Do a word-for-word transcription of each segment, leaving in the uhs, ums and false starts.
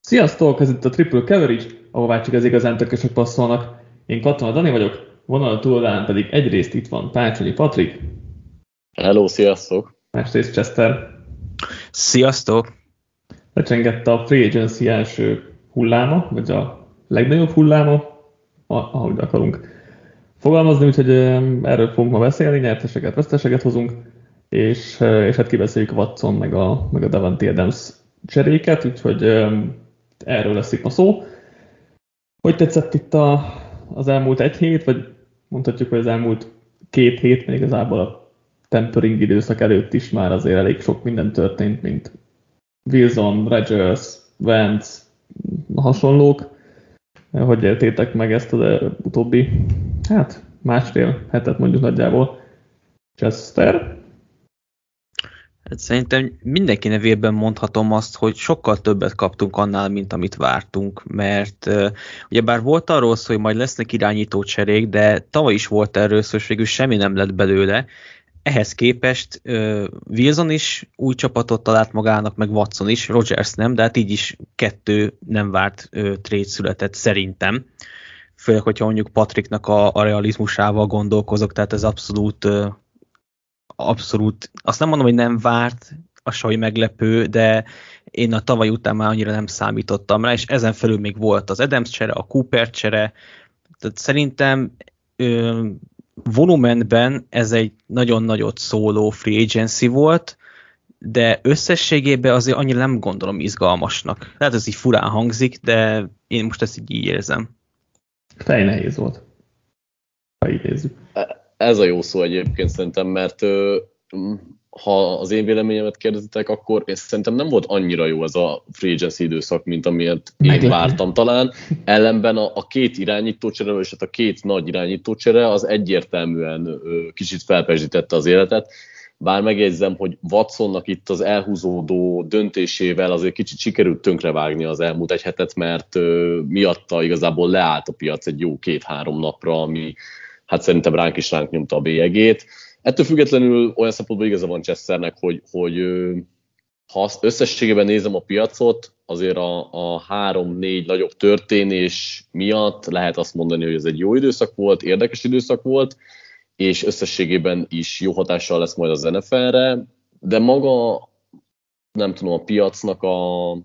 Sziasztok, ez itt a Triple Coverage, ahová csak az igazán tökösök passzolnak. Én Katona Dani vagyok, vonal túloldalán pedig egyrészt itt van Pácsonyi Patrik. Hello, sziasztok! Másrészt Chester. Sziasztok! Lecsengett a Free Agency első hulláma, vagy a legnagyobb hulláma, ahogy akarunk fogalmazni, úgyhogy erről fogunk ma beszélni, nyerteseket, veszteseket hozunk, és, és hát kibeszéljük a Watson meg a, meg a Davante Adams cseréket, úgyhogy erről lesz itt ma szó. Hogy tetszett itt a, az elmúlt egy hét, vagy mondhatjuk, hogy az elmúlt két hét, még igazából a tempering időszak előtt is már azért elég sok minden történt, mint Wilson, Rodgers, Wentz, hasonlók. Hogy éltétek meg ezt az utóbbi, hát másfél hetet mondjuk nagyjából? Chester? Hát szerintem mindenki nevében mondhatom azt, hogy sokkal többet kaptunk annál, mint amit vártunk, mert uh, ugyebár volt arról szó, hogy majd lesznek irányító cserék, de tavaly is volt erről szó, és végül semmi nem lett belőle. Ehhez képest uh, Wilson is új csapatot talált magának, meg Watson is, Rodgers nem, de hát így is kettő nem várt uh, trade született szerintem. Főleg, hogyha mondjuk Patricknak a, a realizmusával gondolkozok, tehát ez abszolút... Uh, abszolút, azt nem mondom, hogy nem várt a saj meglepő, de én a tavaly után már annyira nem számítottam rá, és ezen felül még volt az Adams csere, a Cooper csere, tehát szerintem ö, volumenben ez egy nagyon nagyot szóló free agency volt, de összességében azért annyira nem gondolom izgalmasnak. Tehát ez így furán hangzik, de én most ezt így, így érzem. Fej nehéz volt, ha így nézzük. Ez a jó szó egyébként szerintem, mert ha az én véleményemet kérdezitek, akkor én szerintem nem volt annyira jó ez a free agency időszak, mint amilyet én Meglepő. vártam talán. Ellenben a, a két irányítócsere, és hát a két nagy irányítócsere az egyértelműen kicsit felpezsítette az életet. Bár megjegyzem, hogy Watsonnak itt az elhúzódó döntésével azért kicsit sikerült tönkrevágni az elmúlt egy hetet, mert miatta igazából leállt a piac egy jó két-három napra, ami hát szerintem ránk is ránk nyomta a bélyegét. Ettől függetlenül olyan szempontból igaza van Chesternek, hogy, hogy ha összességében nézem a piacot, azért a, a három-négy nagyobb történés miatt lehet azt mondani, hogy ez egy jó időszak volt, érdekes időszak volt, és összességében is jó hatással lesz majd az en ef el-re, de maga, nem tudom, a piacnak a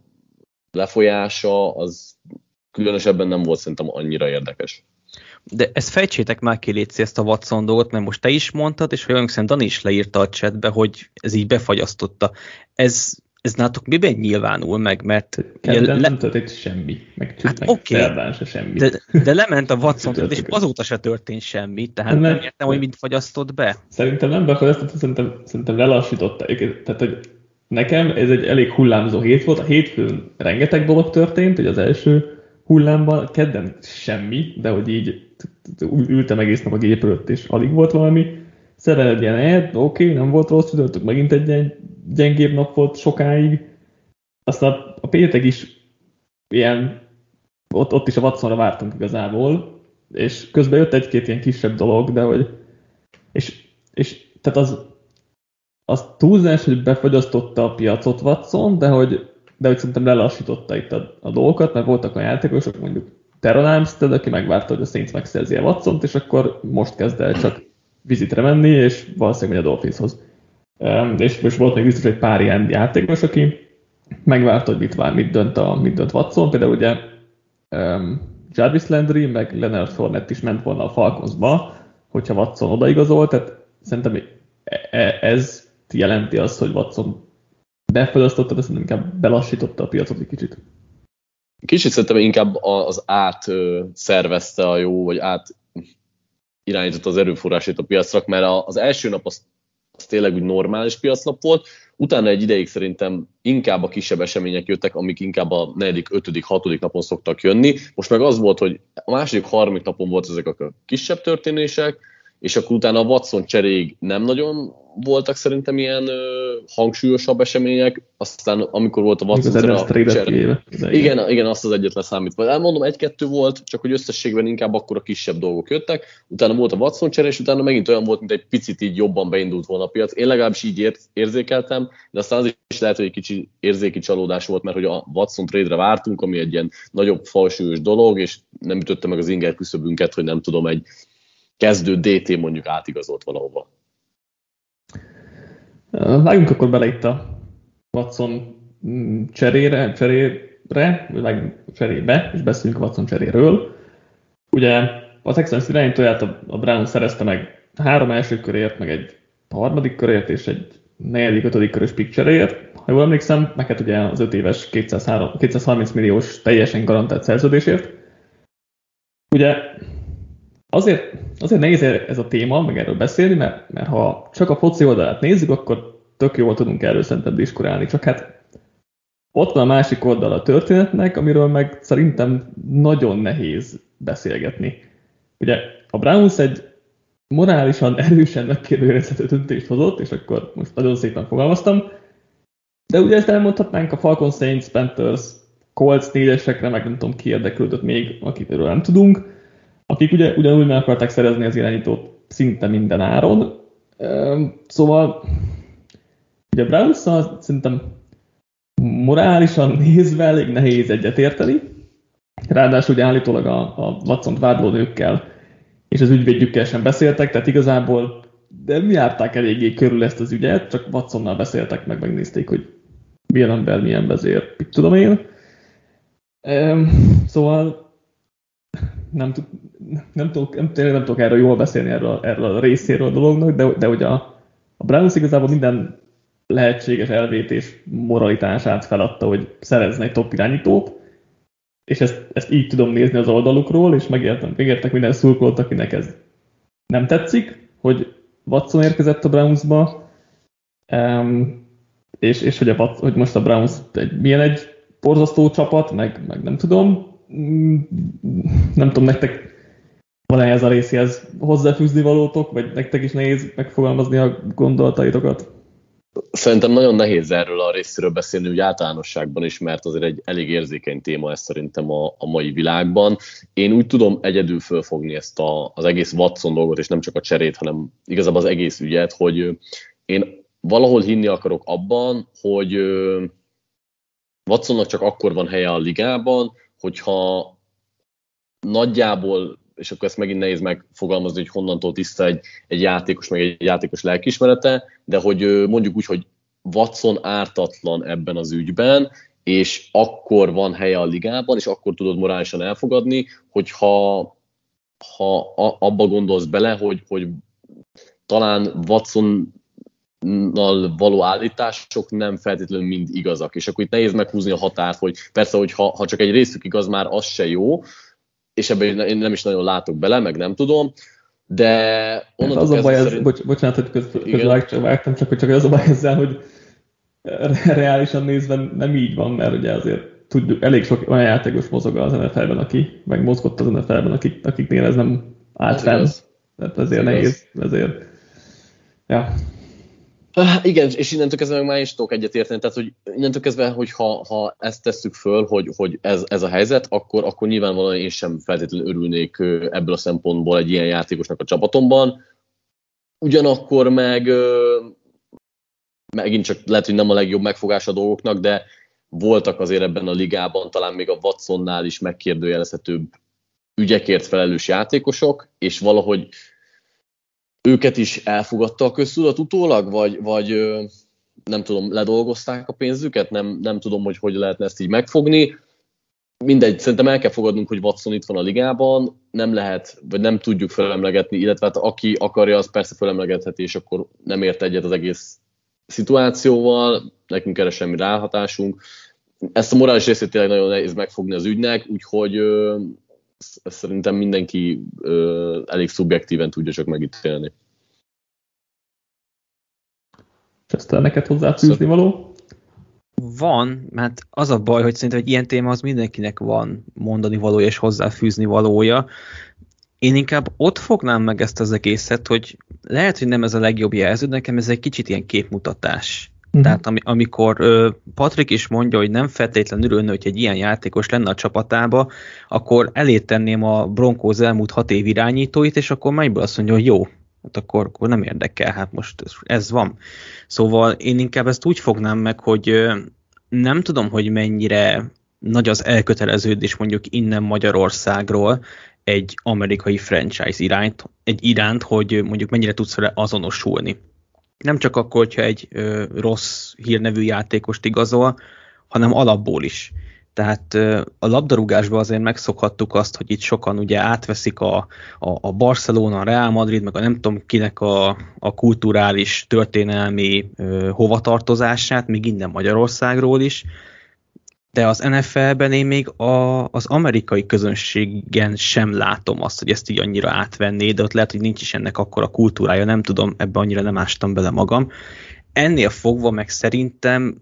lefolyása az különösebben nem volt szerintem annyira érdekes. De ezt fejtsétek már ki, Léci, ezt a Watson dolgot, mert most te is mondtad, és olyan hiszem Dani is leírta a chatbe, hogy ez így befagyasztotta. Ez, ez nálatok miben nyilvánul meg? Mert Kedden le... nem történt semmi, meg hát meg oké, szerdán se semmi. De, de lement a Watson, és azóta se történt semmi, tehát nem, nem értem, hogy mit fagyasztott be. Szerintem nem befagyasztott, szerintem, szerintem lelassította. Tehát, hogy nekem ez egy elég hullámzó hét volt. A hétfőn rengeteg dolog történt, hogy az első hullámban, kedden semmi, de hogy így ültem egész nap a gép előtt, és alig volt valami. Szeren egy ilyen, oké, okay, nem volt rossz, tudottuk, megint egy gyengébb nap volt sokáig. Aztán a péntek is ilyen, ott, ott is a Watsonra vártunk igazából, és közben jött egy-két ilyen kisebb dolog, de hogy, és, és tehát az, az túlzás, hogy befagyasztotta a piacot Watson, de hogy de hogy szerintem lelassította itt a, a dolgokat, mert voltak a játékosok, mondjuk Teron Armstead, aki megvárta, hogy a Saints megszerzi a Watsont, és akkor most kezd el csak vizitre menni, és valószínűleg megy a Dolphinshoz. Um, és, és volt még biztos egy pár ilyen játékos, aki megvárta, hogy mit vár, mit dönt, a, mit dönt Watson. Például ugye um, Jarvis Landry, meg Leonard Fournette is ment volna a Falconsba, hogyha Watson odaigazolt, tehát szerintem ez jelenti azt, hogy Watson befagyasztotta, de szerintem inkább belassította a piacot egy kicsit. Kicsit szerintem inkább az át szervezte a jó, vagy át irányította az erőforrásait a piacra, mert az első nap az, az tényleg úgy normális piacnap volt, utána egy ideig szerintem inkább a kisebb események jöttek, amik inkább a negyedik, ötödik, hatodik napon szoktak jönni. Most meg az volt, hogy a második, harmadik napon volt ezek a kisebb történések, és akkor utána a Watson cseréig nem nagyon voltak szerintem ilyen ö, hangsúlyosabb események, aztán amikor volt a Watson cseréig, igen, igen, azt az egyet leszámítva. Elmondom, egy-kettő volt, csak hogy összességben inkább akkor a kisebb dolgok jöttek, utána volt a Watson csere, és utána megint olyan volt, mint egy picit így jobban beindult volna a piac. Én legalábbis így ér- érzékeltem, de aztán az is lehet, hogy egy kicsi érzéki csalódás volt, mert hogy a Watson trade-re vártunk, ami egy ilyen nagyobb falsúlyos dolog, és nem ütötte meg az inger küszöbünket, hogy nem tudom, egy kezdő dé té mondjuk átigazolt valahova. Vágjunk akkor bele itt a Watson cserére, cserére, vagy cserébe, és beszéljünk a Watson cseréről. Ugye a Texans irányítóját a Browns szerezte meg három első körért, meg egy harmadik körért, és egy negyedik, ötödik körös pick cseréért. Ha jól emlékszem, meg hát ugye az öt éves kétszázharminc milliós teljesen garantált szerződésért. Ugye azért, azért nehéz ez a téma, meg erről beszélni, mert, mert ha csak a foci oldalát nézzük, akkor tök jól tudunk erről szerintem diskurálni. Csak hát ott van a másik oldal a történetnek, amiről meg szerintem nagyon nehéz beszélgetni. Ugye a Browns egy morálisan erősen megkérdőjelezhető döntést hozott, és akkor most nagyon szépen fogalmaztam, de ugye ezt elmondhatnánk a Falcons, Saints, Panthers, Colts négyesekre, meg nem tudom ki érdeklődött még, akitől nem tudunk, akik ugye ugyanúgy meg akarták szerezni az irányítót szinte minden áron. Szóval ugye a Browns-szal szerintem morálisan nézve elég nehéz egyetérteni. Ráadásul ugye állítólag a, a Watson-t vádló nőkkel és az ügyvédjükkel sem beszéltek, tehát igazából nem járták eléggé körül ezt az ügyet, csak Watsonnal beszéltek meg, megnézték, hogy milyen ember, milyen vezér, mit tudom én. Szóval nem, tud, nem, tudok, nem, nem tudok erről jól beszélni, erről, erről a részéről a dolognak, de, de hogy a, a Browns igazából minden lehetséges elvét és moralitását feladta, hogy szerezne egy top irányítót, és ezt, ezt így tudom nézni az oldalukról, és megértem, megértek minden szurkolót, akinek ez nem tetszik, hogy Watson érkezett a Brownsba, um, és, és hogy, a, hogy most a Browns egy, milyen egy borzasztó csapat, meg, meg nem tudom, nem tudom, nektek van-e ez a részéhez hozzáfűzni valótok, vagy nektek is nehéz megfogalmazni a gondolataitokat? Szerintem nagyon nehéz erről a részéről beszélni úgy általánosságban is, mert azért egy elég érzékeny téma ez szerintem a, a mai világban. Én úgy tudom egyedül fölfogni ezt a, az egész Watson dolgot, és nem csak a cserét, hanem igazából az egész ügyet, hogy én valahol hinni akarok abban, hogy Watsonnak csak akkor van helye a ligában, hogyha nagyjából, és akkor ezt megint nehéz megfogalmazni, hogy honnantól tiszta egy, egy játékos, meg egy játékos lelkiismerete, de hogy mondjuk úgy, hogy Watson ártatlan ebben az ügyben, és akkor van helye a ligában, és akkor tudod morálisan elfogadni, hogyha ha abba gondolsz bele, hogy, hogy talán Watsonnal való állítások nem feltétlenül mind igazak, és akkor itt nehéz meghúzni a határt, hogy persze, hogy ha, ha csak egy részük igaz, már az se jó, és ebben én nem is nagyon látok bele, meg nem tudom, de onnantól kezdve szerint... Ez, bocs, bocsánat, hogy közvágtam, csak, csak az a baj ezzel, hogy reálisan nézve nem így van, mert ugye azért tudjuk, elég sok olyan játékos mozog az en ef el-ben, aki megmozgott az en ef el-ben, akik, akiknél ez nem állt fenn. Tehát ezért nehéz, ezért. Ja. Igen, és innentől kezdve meg már is tudok egyet érteni, tehát hogy innentől kezdve, hogy ha, ha ezt tesszük föl, hogy, hogy ez, ez a helyzet, akkor, akkor nyilvánvalóan én sem feltétlenül örülnék ebből a szempontból egy ilyen játékosnak a csapatomban. Ugyanakkor meg megint csak lehet, hogy nem a legjobb megfogás a dolgoknak, de voltak azért ebben a ligában talán még a Watsonnál is megkérdőjelezhetőbb ügyekért felelős játékosok, és valahogy őket is elfogadta a köztudat utólag, vagy, vagy nem tudom, ledolgozták a pénzüket, nem, nem tudom, hogy hogy lehetne ezt így megfogni. Mindegy, szerintem el kell fogadnunk, hogy Watson itt van a ligában, nem lehet, vagy nem tudjuk felemlegetni, illetve hát aki akarja, az persze felemlegetheti, és akkor nem ért egyet az egész szituációval, nekünk erre semmi ráhatásunk. Ezt a morális részét tényleg nagyon nehéz megfogni az ügynek, úgyhogy ö, szerintem mindenki ö, elég szubjektíven tudja csak megítélni. Chester, neked hozzáfűzni való? Van, mert az a baj, hogy szerintem egy ilyen téma az mindenkinek van mondani valója és hozzáfűzni valója. Én inkább ott fognám meg ezt az egészet, hogy lehet, hogy nem ez a legjobb jelző, nekem ez egy kicsit ilyen képmutatás. Uh-huh. Tehát ami, amikor ö, Patrik is mondja, hogy nem feltétlenül örülne, hogy egy ilyen játékos lenne a csapatába, akkor elé tenném a Broncos elmúlt hat év irányítóit, és akkor melyből azt mondja, hogy jó, hát akkor, akkor nem érdekel, hát most ez van. Szóval én inkább ezt úgy fognám meg, hogy ö, nem tudom, hogy mennyire nagy az elköteleződés mondjuk innen Magyarországról egy amerikai franchise irányt, egy iránt, hogy mondjuk mennyire tudsz vele azonosulni. Nem csak akkor, hogyha egy ö, rossz hírnevű játékost igazol, hanem alapból is. Tehát ö, a labdarúgásban azért megszokhattuk azt, hogy itt sokan ugye átveszik a, a, a Barcelona, a Real Madrid, meg a nem tudom kinek a, a kulturális, történelmi ö, hovatartozását, még innen Magyarországról is. De az en ef el-ben én még a, az amerikai közönségen sem látom azt, hogy ezt így annyira átvenné, de ott lehet, hogy nincs is ennek akkora kultúrája, nem tudom, ebbe annyira nem ástam bele magam. Ennél fogva meg szerintem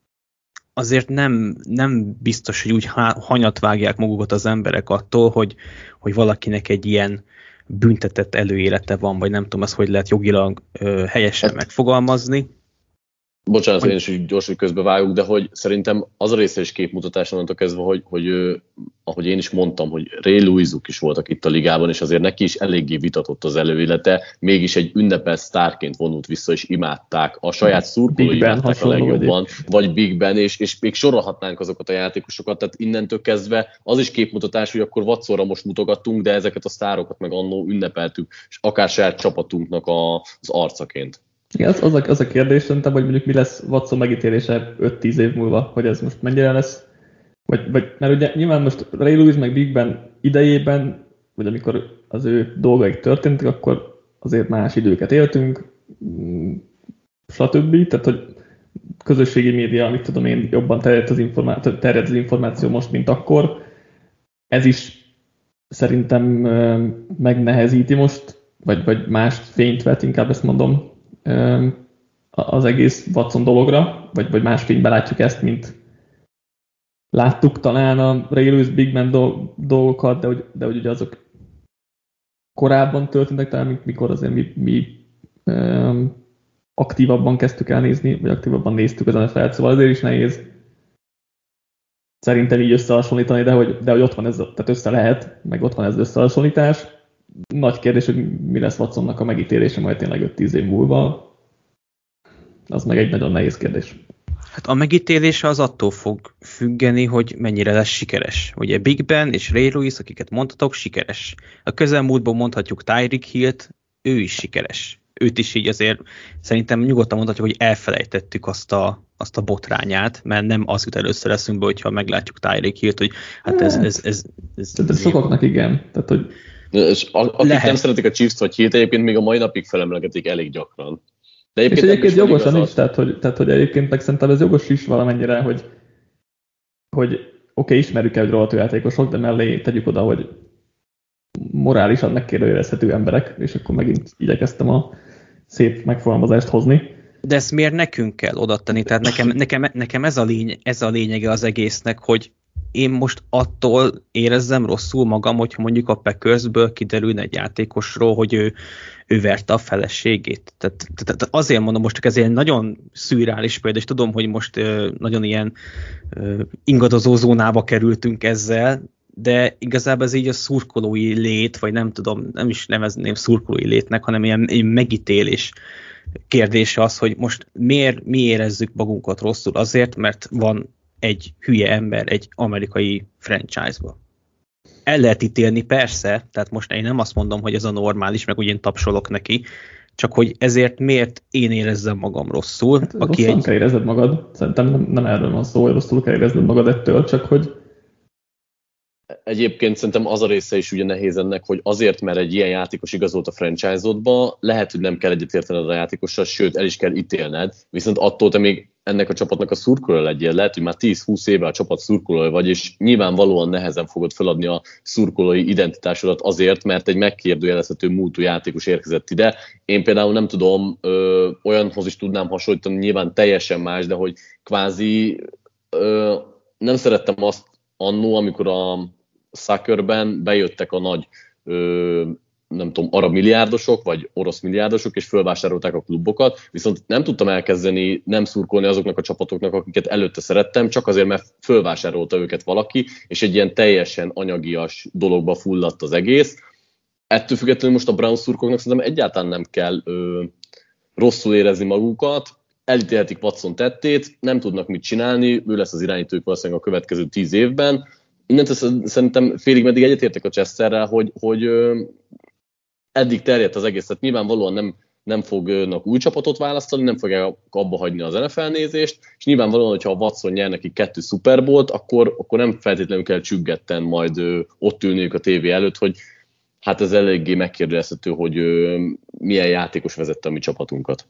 azért nem, nem biztos, hogy úgy hanyat vágják magukat az emberek attól, hogy, hogy valakinek egy ilyen büntetett előélete van, vagy nem tudom, azt hogy lehet jogilag ö, helyesen megfogalmazni. Bocsánat, hogy én is úgy gyorsan közbevágok, de hogy szerintem az a része is képmutatás onnantól kezdve, hogy, hogy ahogy én is mondtam, hogy Ray Lewisuk is voltak itt a ligában, és azért neki is eléggé vitatott az előélete, mégis egy ünnepelt sztárként vonult vissza, és imádták, a saját szurkolói imádták a legjobban, vagy Big Ben, és, és még sorolhatnánk azokat a játékosokat, tehát innentől kezdve az is képmutatás, hogy akkor Watsonra most mutogattunk, de ezeket a sztárokat meg annó ünnepeltük, és akár saját csapatunknak a, az arcaként. Igen, az, az, a, az a kérdés szerintem, hogy mondjuk mi lesz Watson megítélése öt-tíz év múlva, hogy ez most mennyire lesz, vagy, vagy mert ugye nyilván most Ray Lewis meg Big Ben idejében, vagy amikor az ő dolgaik történtek, akkor azért más időket éltünk, stb. Tehát, hogy közösségi média, amit tudom én, jobban terjed az, információ, terjed az információ most, mint akkor. Ez is szerintem megnehezíti most, vagy, vagy más fényt vet, inkább ezt mondom, az egész Watson dologra, vagy, vagy más fényben látjuk ezt, mint láttuk talán a Ray Lewis Big Ben dolgokat, de hogy, de hogy ugye azok korábban történtek, talán mint mikor azért mi, mi um, aktívabban kezdtük el nézni, vagy aktívabban néztük az en ef el-t, szóval azért is nehéz szerintem így összehasonlítani, de hogy, de hogy ott van ez, tehát össze lehet, meg ott van ez az összehasonlítás. Nagy kérdés, hogy mi lesz Watsonnak a megítélése majd tényleg öt-tíz év múlva. Az meg egy nagyon nehéz kérdés. Hát a megítélése az attól fog függeni, hogy mennyire lesz sikeres. Ugye Big Ben és Ray Lewis, akiket mondhatok, sikeres. A közelmúltban mondhatjuk Tyreek Hillt, ő is sikeres. Őt is így azért szerintem nyugodtan mondhatjuk, hogy elfelejtettük azt a, azt a botrányát, mert nem az jut először eszünkbe, hogyha meglátjuk Tyreek Hillt, hogy hát ez... ez, ez, ez, ez, ez sokaknak igen. Tehát, hogy és akik lehet. Nem szeretik a Chiefs vagy Hillt, egyébként még a mai napig felemlegetik elég gyakran. De egyébként és egyébként jogosan is, tehát hogy, tehát hogy egyébként meg szerintem ez jogos is valamennyire, hogy, hogy oké, okay, ismerjük el, hogy roható játékosok, de mellé tegyük oda, hogy morálisan megkérdőjelezhető emberek, és akkor megint igyekeztem a szép megfogalmazást hozni. De ezt miért nekünk kell odatenni? Tehát nekem, nekem, nekem ez, a lény, ez a lényege az egésznek, hogy én most attól érezzem rosszul magam, hogyha mondjuk a Packersből kiderülne egy játékosról, hogy ő, ő verte a feleségét. Tehát, tehát azért mondom, most ez egy nagyon szürreális példa, és tudom, hogy most uh, nagyon ilyen uh, ingadozó zónába kerültünk ezzel, de igazából ez így a szurkolói lét, vagy nem tudom, nem is nevezném szurkolói létnek, hanem ilyen, ilyen megítélés kérdése az, hogy most miért mi érezzük magunkat rosszul azért, mert van egy hülye ember egy amerikai franchise-ba. El lehet ítélni, persze, tehát most én nem azt mondom, hogy ez a normális, meg úgy én tapsolok neki, csak hogy ezért miért én érezzem magam rosszul. Hát, aki rosszul egy... kell érezned magad, szerintem nem, nem erről van szó, hogy rosszul kell érezned magad ettől, csak hogy egyébként szerintem az a része is ugye nehéz ennek, hogy azért, mert egy ilyen játékos igazolt a franchise-odba, lehet, hogy nem kell egyetértened a játékossal, sőt, el is kell ítélned, viszont attól te még ennek a csapatnak a szurkolója legyél, lehet, hogy már tíz-húsz éve a csapat szurkolója vagy, és nyilvánvalóan nehezen fogod feladni a szurkolói identitásodat azért, mert egy megkérdőjelezhető múltú játékos érkezett ide. Én például nem tudom, ö, olyanhoz is tudnám hasonlítani, nyilván teljesen más, de hogy kvázi ö, nem szerettem azt annó, amikor a Soccerben bejöttek a nagy ö, nem tudom, arab milliárdosok, vagy orosz milliárdosok, és fölvásárolták a klubokat, viszont nem tudtam elkezdeni nem szurkolni azoknak a csapatoknak, akiket előtte szerettem, csak azért, mert fölvásárolta őket valaki, és egy ilyen teljesen anyagias dologba fulladt az egész. Ettől függetlenül most a Browns szurkolóknak szerintem egyáltalán nem kell ö, rosszul érezni magukat, elítélhetik Watson tettét, nem tudnak mit csinálni, ő lesz az irányítójuk valószínűleg a következő tíz évben. Innentől szerintem félig meddig egyetértek a Chesterrel, hogy, hogy ö, eddig terjedt az egész, tehát nyilvánvalóan nem, nem fognak új csapatot választani, nem fogják abba hagyni az en ef el nézést, és nyilvánvalóan, hogyha a Watson nyer neki kettő Super Bowl-t, akkor, akkor nem feltétlenül kell csüggetten majd ö, ott ülniük a tévé előtt, hogy hát ez eléggé megkérdezhető, hogy ö, milyen játékos vezette a mi csapatunkat.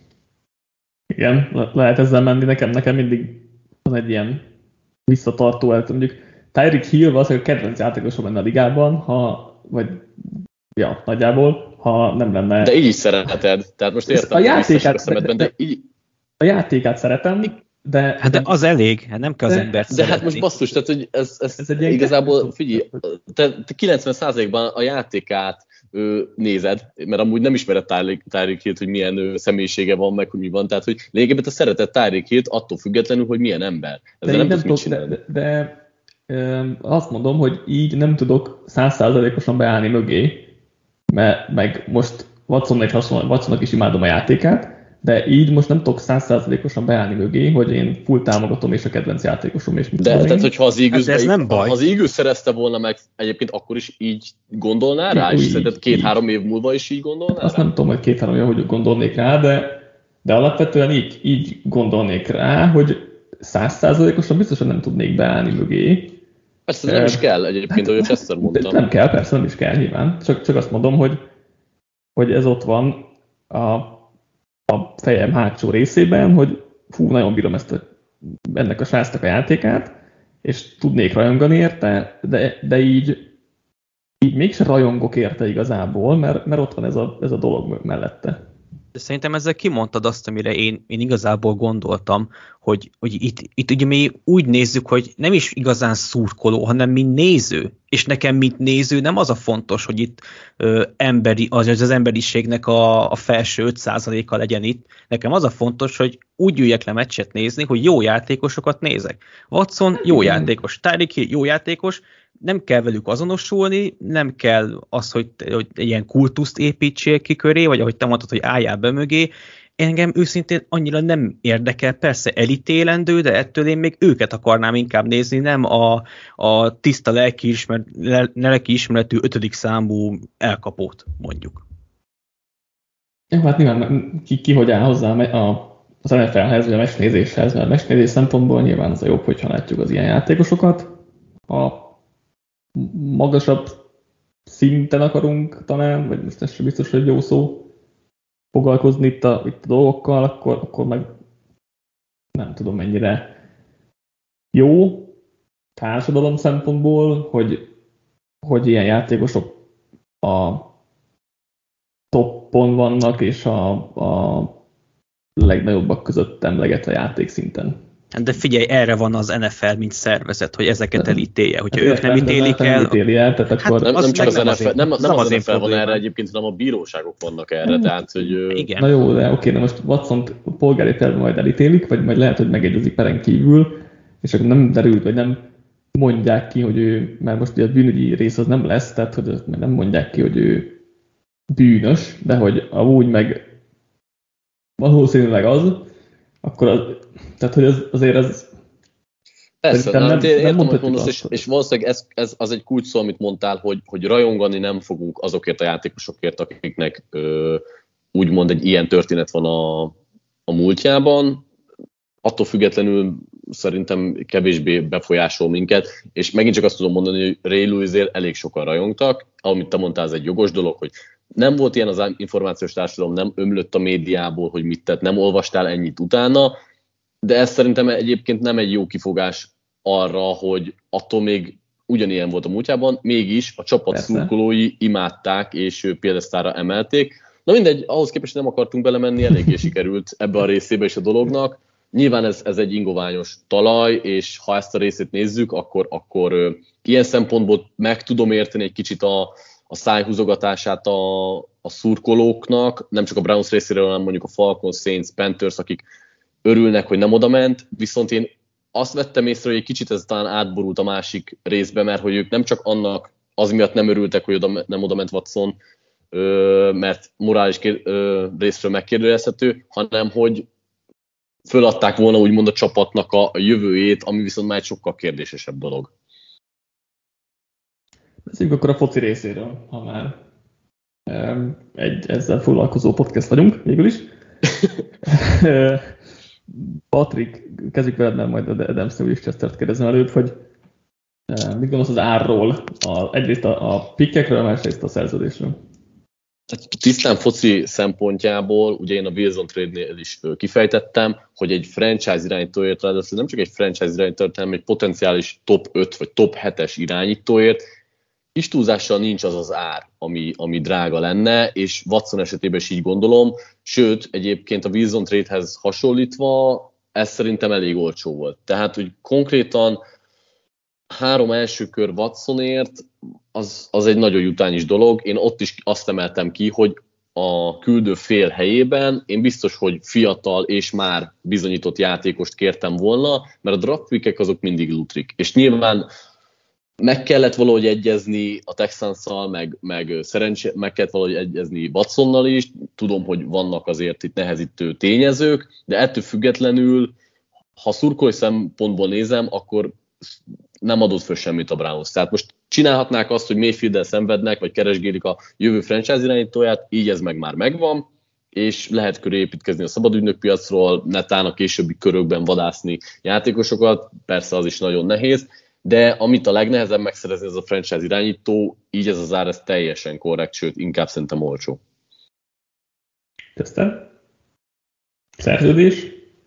Igen, le- lehet ezzel menni, nekem, nekem mindig van egy ilyen visszatartó el, mondjuk Tyreek Hill valószínűleg a kedvenc játékosom lenne a ligában, ha, vagy ja, nagyjából, ha nem lenne... De így is szereted, tehát most értem, a játékát, a szemedben, de, de így... A játékát szeretem, de... Hát de az elég, hát nem kell az embert De szeretni. hát most basszus, tehát hogy ez, ez, ez egy igazából, figyelj, te, te kilencven százalékban a játékát ő, nézed, mert amúgy nem ismered Tyreek Hillt, hogy milyen ő, személyisége van, meg hogy mi van, tehát hogy lényegében te szereted Tyreek Hillt attól függetlenül, hogy milyen ember. Ezzel de nem, nem tudsz mit csinálni. De, de, de azt mondom, hogy így nem tudok száz százalékosan beállni mögé, mert meg most Watsonnak, Watsonnak is imádom a játékát, de így most nem tudok száz százalékosan beállni mögé, hogy én full támogatom és a kedvenc játékosom. És mit de tehát, hogyha az Eagles, hát ez nem baj. Ha az Eagles szerezte volna meg, egyébként akkor is így gondolnál rá? És szerinted két-három év múlva is így gondolnál Azt rá? nem tudom, hogy két-három év, hogy gondolnék rá, de, de alapvetően így, így gondolnék rá, hogy száz százalékosan biztosan nem tudnék beállni mögé. Persze nem is kell egyébként, ahogy a Chester mondtam. Nem kell, persze nem is kell nyilván. Csak, csak azt mondom, hogy, hogy ez ott van a, a fejem hátsó részében, hogy fú, nagyon bírom ezt a, ennek a srácnak a játékát, és tudnék rajongani érte, de, de így, így mégse rajongok érte igazából, mert, mert ott van ez a, ez a dolog mellette. De szerintem ezzel kimondtad azt, amire én, én igazából gondoltam, hogy, hogy itt, itt ugye mi úgy nézzük, hogy nem is igazán szurkoló, hanem mint néző. És nekem, mint néző, nem az a fontos, hogy itt ö, emberi, az, az emberiségnek a, a felső öt százaléka legyen itt. Nekem az a fontos, hogy úgy üljek le meccset nézni, hogy jó játékosokat nézek. Watson jó játékos, Tyreek Hill jó játékos, nem kell velük azonosulni, nem kell az, hogy, hogy ilyen kultuszt építsél ki köré, vagy ahogy te mondtad, hogy álljál be mögé. Engem őszintén annyira nem érdekel, persze elítélendő, de ettől én még őket akarnám inkább nézni, nem a, a tiszta lelkiismeret, lelkiismeretű ötödik számú elkapót, mondjuk. Jó, hát nyilván ki, ki hogy áll hozzá a, az en ef el-hez, vagy a meccsnézéshez, mert a meccsnézés szempontból nyilván az a jobb, hogyha látjuk az ilyen játékosokat. A magasabb szinten akarunk talán, vagy most ez sem biztos, hogy jó szó, foglalkozni itt a, itt a dolgokkal, akkor, akkor meg nem tudom mennyire jó társadalom szempontból, hogy, hogy ilyen játékosok a toppon vannak, és a, a legnagyobbak között emlegetve játékszinten. De figyelj, erre van az en ef el, mint szervezet, hogy ezeket elítélje. Hogyha hát ők nem ítélik el... Ítéli el tehát hát akkor... nem, nem csak az, nem az en ef el, nem, nem, nem az, az en ef el van erre egyébként, hanem a bíróságok vannak erre. Hmm. Tehát, hogy, igen. Na jó, de oké, de most Watsont polgári perben majd elítélik, vagy majd lehet, hogy megegyezik peren kívül, és akkor nem derült, vagy nem mondják ki, hogy ő, mert most ugye a bűnügyi rész az nem lesz, tehát hogy nem mondják ki, hogy ő bűnös, de hogy amúgy meg valószínűleg az, akkor az, tehát hogy az, azért az persze, nem, nem, értem, hogy mondasz, és, azt, és valószínűleg ez, ez az egy kulcs szó, amit mondtál, hogy, hogy rajongani nem fogunk azokért a játékosokért, akiknek ö, úgymond egy ilyen történet van a, a múltjában. Attól függetlenül szerintem kevésbé befolyásol minket, és megint csak azt tudom mondani, hogy Ray Lewisért elég sokan rajongtak, amit te mondtál, ez egy jogos dolog, hogy nem volt ilyen az információs társadalom, nem ömlött a médiából, hogy mit tett, nem olvastál ennyit utána, de ez szerintem egyébként nem egy jó kifogás arra, hogy attól még ugyanilyen volt a múltjában, mégis a csapat Persze. szurkolói imádták, és piedesztára emelték. Na mindegy, ahhoz képest nem akartunk belemenni, eléggé sikerült ebbe a részébe is a dolognak. Nyilván ez, ez egy ingoványos talaj, és ha ezt a részét nézzük, akkor, akkor ilyen szempontból meg tudom érteni egy kicsit a, a szájhúzogatását a, a szurkolóknak, nem csak a Browns részéről, hanem mondjuk a Falcons, Saints, Panthers, akik örülnek, hogy nem odament, viszont én azt vettem észre, hogy egy kicsit ez talán átborult a másik részbe, mert hogy ők nem csak annak az miatt nem örültek, hogy oda, nem odament Watson, mert morális részről megkérdőjelezhető, hanem hogy föladták volna úgymond a csapatnak a jövőjét, ami viszont már egy sokkal kérdésesebb dolog. Beszéljünk akkor a foci részéről, ha már egy ezzel foglalkozó podcast vagyunk végül is. Patrik, kezdjük veled, mert majd Adamsnél is Chestert kérdezem előtt, hogy mit gondolsz az árról, a, egyrészt a, a pikkekről, másrészt a szerződésről? Tisztán foci szempontjából, ugye én a Wilson trade-nél is kifejtettem, hogy egy franchise irányítóért, ráadásul nem csak egy franchise irányítóért, hanem egy potenciális top öt vagy top hetes irányítóért, kis túlzással nincs az az ár, ami, ami drága lenne, és Watson esetében is így gondolom, sőt, egyébként a Wilson trade-hez hasonlítva ez szerintem elég olcsó volt. Tehát, hogy konkrétan három első kör Watsonért, az, az egy nagyon jutányos dolog. Én ott is azt emeltem ki, hogy a küldő fél helyében én biztos, hogy fiatal és már bizonyított játékost kértem volna, mert a draft pickek azok mindig lutrik. És nyilván meg kellett valahogy egyezni a Texansszal, meg, meg, szerencsé, meg kellett valahogy egyezni Watsonnal is. Tudom, hogy vannak azért itt nehezítő tényezők, de ettől függetlenül, ha szurkolói szempontból nézem, akkor nem adott föl semmit a Browns. Tehát most csinálhatnák azt, hogy Mayfield-el szenvednek, vagy keresgélik a jövő franchise irányítóját, így ez meg már megvan, és lehet köré építkezni a szabadügynök piacról, netán a későbbi körökben vadászni játékosokat, persze az is nagyon nehéz, de amit a legnehezebb megszerezni, ez a franchise irányító, így ez az ár, ez teljesen korrekt, sőt, inkább szerintem olcsó. Tesztel? Szerződés?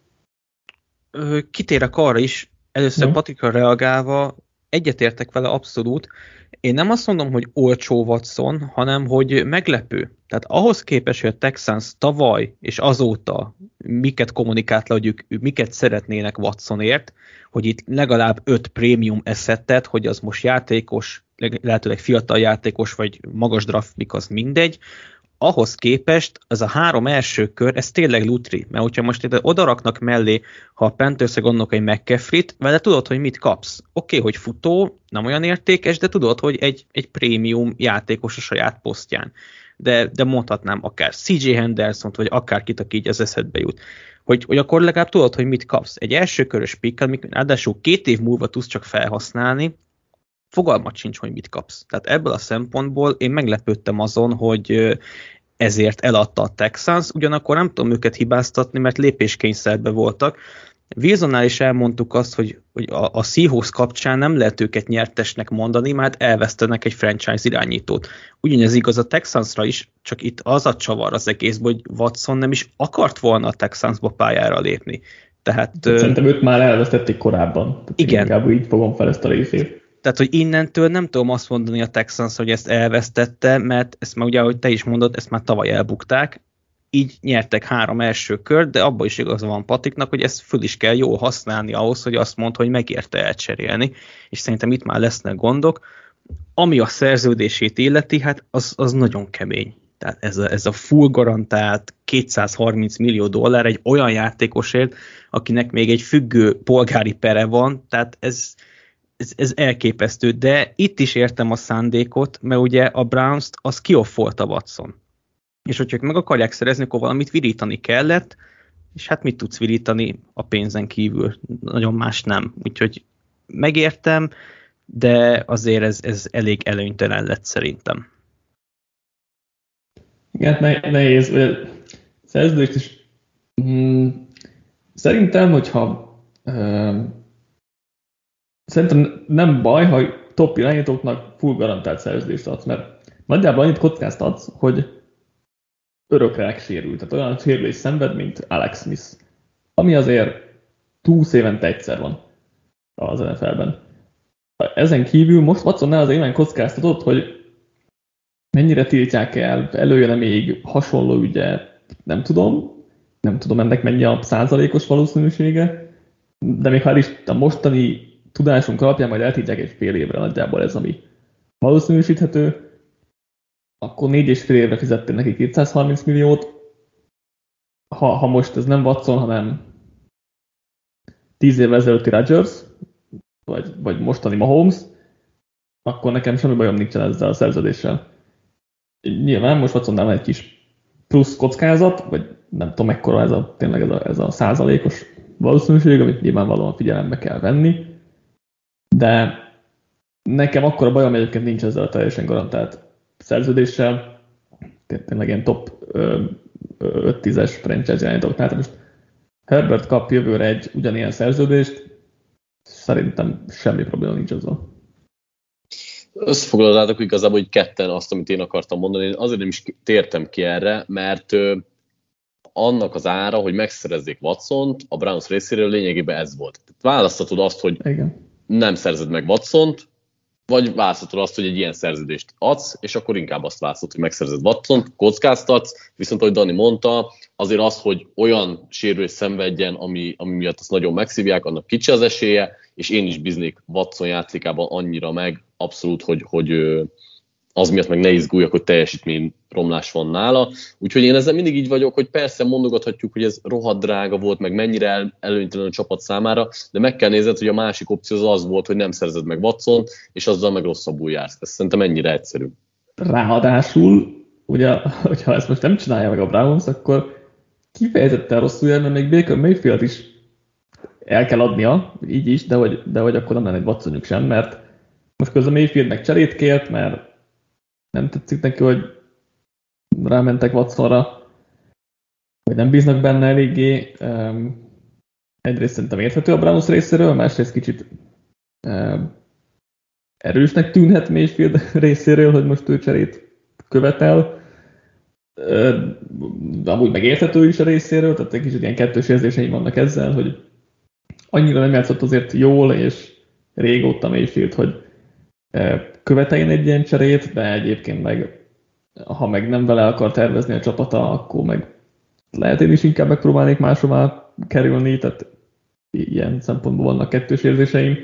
Kitérek arra is, először no. Patrikra reagálva, egyetértek vele abszolút. Én nem azt mondom, hogy olcsó Watson, hanem hogy meglepő. Tehát ahhoz képest, hogy a Texans tavaly és azóta miket kommunikált le, hogy ők miket szeretnének Watsonért, hogy itt legalább öt prémium assettet, hogy az most játékos, lehetőleg fiatal játékos, vagy magas draft pick, az mindegy, ahhoz képest ez a három első kör, ez tényleg lutri, mert hogyha most ide odaraknak mellé, ha a Panthers-re gondolok egy McCaffrey-t, vele tudod, hogy mit kapsz. Oké, okay, hogy futó, nem olyan értékes, de tudod, hogy egy, egy prémium játékos a saját posztján. De, de mondhatnám akár cé jé Henderson-t, vagy akárkit, aki így az eszedbe jut. Hogy, hogy akkor legalább tudod, hogy mit kapsz. Egy elsőkörös pick, amik ráadásul két év múlva tudsz csak felhasználni, fogalmat sincs, hogy mit kapsz. Tehát ebből a szempontból én meglepődtem azon, hogy ezért eladta a Texans, ugyanakkor nem tudom őket hibáztatni, mert lépéskényszerben voltak. Wilsonnál is elmondtuk azt, hogy, hogy a, a Seahawks kapcsán nem lehet őket nyertesnek mondani, mert elvesztenek egy franchise irányítót. Ugyanez igaz a Texansra is, csak itt az a csavar az egészben, hogy Watson nem is akart volna a Texansba pályára lépni. Tehát, Szerintem őt már elvesztették korábban. Tehát igen. Inkább így fogom fel ezt a részét. Tehát, hogy innentől nem tudom azt mondani a Texans, hogy ezt elvesztette, mert ezt már ugye, ahogy te is mondod, ezt már tavaly elbukták, így nyertek három első kört, de abban is igaza van Patriknak, hogy ezt föl is kell jól használni ahhoz, hogy azt mondd, hogy megérte elcserélni, és szerintem itt már lesznek gondok. Ami a szerződését illeti, hát az, az nagyon kemény. Tehát ez a, ez a full garantált kétszázharminc millió dollár egy olyan játékosért, akinek még egy függő polgári pere van, tehát ez... Ez, ez elképesztő, de itt is értem a szándékot, mert ugye a Browns-t az kioffolta Watson. És hogyha meg akarják szerezni, akkor valamit virítani kellett, és hát mit tudsz virítani a pénzen kívül? Nagyon más nem. Úgyhogy megértem, de azért ez, ez elég előnytelen lett szerintem. Igen, ne, nehéz. Szerződést is. Mm, szerintem, hogyha um, Szerintem nem baj, ha top irányítóknak full garantált szerződést adsz, mert nagyjából annyit kockáztatsz, hogy örökre sérült. Tehát olyan sérülés szenved, mint Alex Smith. Ami azért húsz évente egyszer van az en ef el-ben. Ezen kívül most Watsonnál az éven kockáztatott, hogy mennyire tiltják el, előjön-e még hasonló ügye, nem tudom. Nem tudom ennek mennyi a százalékos valószínűsége, de még ha is a mostani tudásunk alapján majd eltiltják egy fél évre nagyjából ez, ami valószínűsíthető. akkor négy és fél évre fizettél neki kétszázharminc milliót. Ha, ha most ez nem Watson, hanem tíz évvel ezelőtti Rodgers, vagy, vagy mostani Mahomes, akkor nekem semmi bajom nincsen ezzel a szerződéssel. Nyilván most Watsonnál van egy kis plusz kockázat, vagy nem tudom mekkora ez a, tényleg ez a, ez a százalékos valószínűség, amit nyilvánvalóan figyelembe kell venni, de nekem akkora bajom egyébként nincs ezzel a teljesen garantált szerződéssel, tényleg ilyen top öt tízes franchise irányítók. Tehát most Herbert kap jövőre egy ugyanilyen szerződést, szerintem semmi probléma nincs azzal. Összefoglaltátok igazából, hogy ketten azt, amit én akartam mondani, én azért nem is tértem ki erre, mert ö, annak az ára, hogy megszerezzék Watsont, a Browns részéről lényegében ez volt. Tehát választhatod azt, hogy Igen. nem szerzed meg Watsont, vagy választhatod azt, hogy egy ilyen szerződést adsz, és akkor inkább azt választhatod, hogy megszerzed Watsont, kockáztatsz, viszont ahogy Dani mondta, azért az, hogy olyan sérülést szenvedjen, ami, ami miatt azt nagyon megszívják, annak kicsi az esélye, és én is bíznék Watson játékában annyira meg, abszolút, hogy, hogy az miatt meg ne izguljak, hogy teljesítmény romlás van nála. Úgyhogy én ezzel mindig így vagyok, hogy persze mondogathatjuk, hogy ez rohadt drága volt, meg mennyire el, előnytelen a csapat számára, de meg kell nézned, hogy a másik opció az az volt, hogy nem szerzed meg Watsont, és azzal meg rosszabbul jársz. Ez szerintem ennyire egyszerű. Ráadásul, ugye, hogyha ezt most nem csinálja meg a Browns, akkor kifejezetten rosszul jár, mert még Baker Mayfield is el kell adnia, így is, de hogy, de hogy akkor nem lenne egy Watsonjuk sem, mert most közben Mayfield meg cserét kért, mert nem tetszik neki, hogy rámentek Watsonra, hogy nem bíznak benne eléggé. Um, egyrészt szerintem érthető a Browns részéről, másrészt kicsit um, erősnek tűnhet Mayfield részéről, hogy most ő cserét követel. Uh, amúgy megérthető is a részéről, tehát egy kicsit ilyen kettős érzéseim vannak ezzel, hogy annyira nem játszott azért jól és régóta Mayfield, hogy uh, követeljen egy ilyen cserét, de egyébként meg, ha meg nem vele akar tervezni a csapata, akkor meg lehet én is inkább megpróbálnék máshová kerülni, tehát ilyen szempontból vannak kettős érzéseim.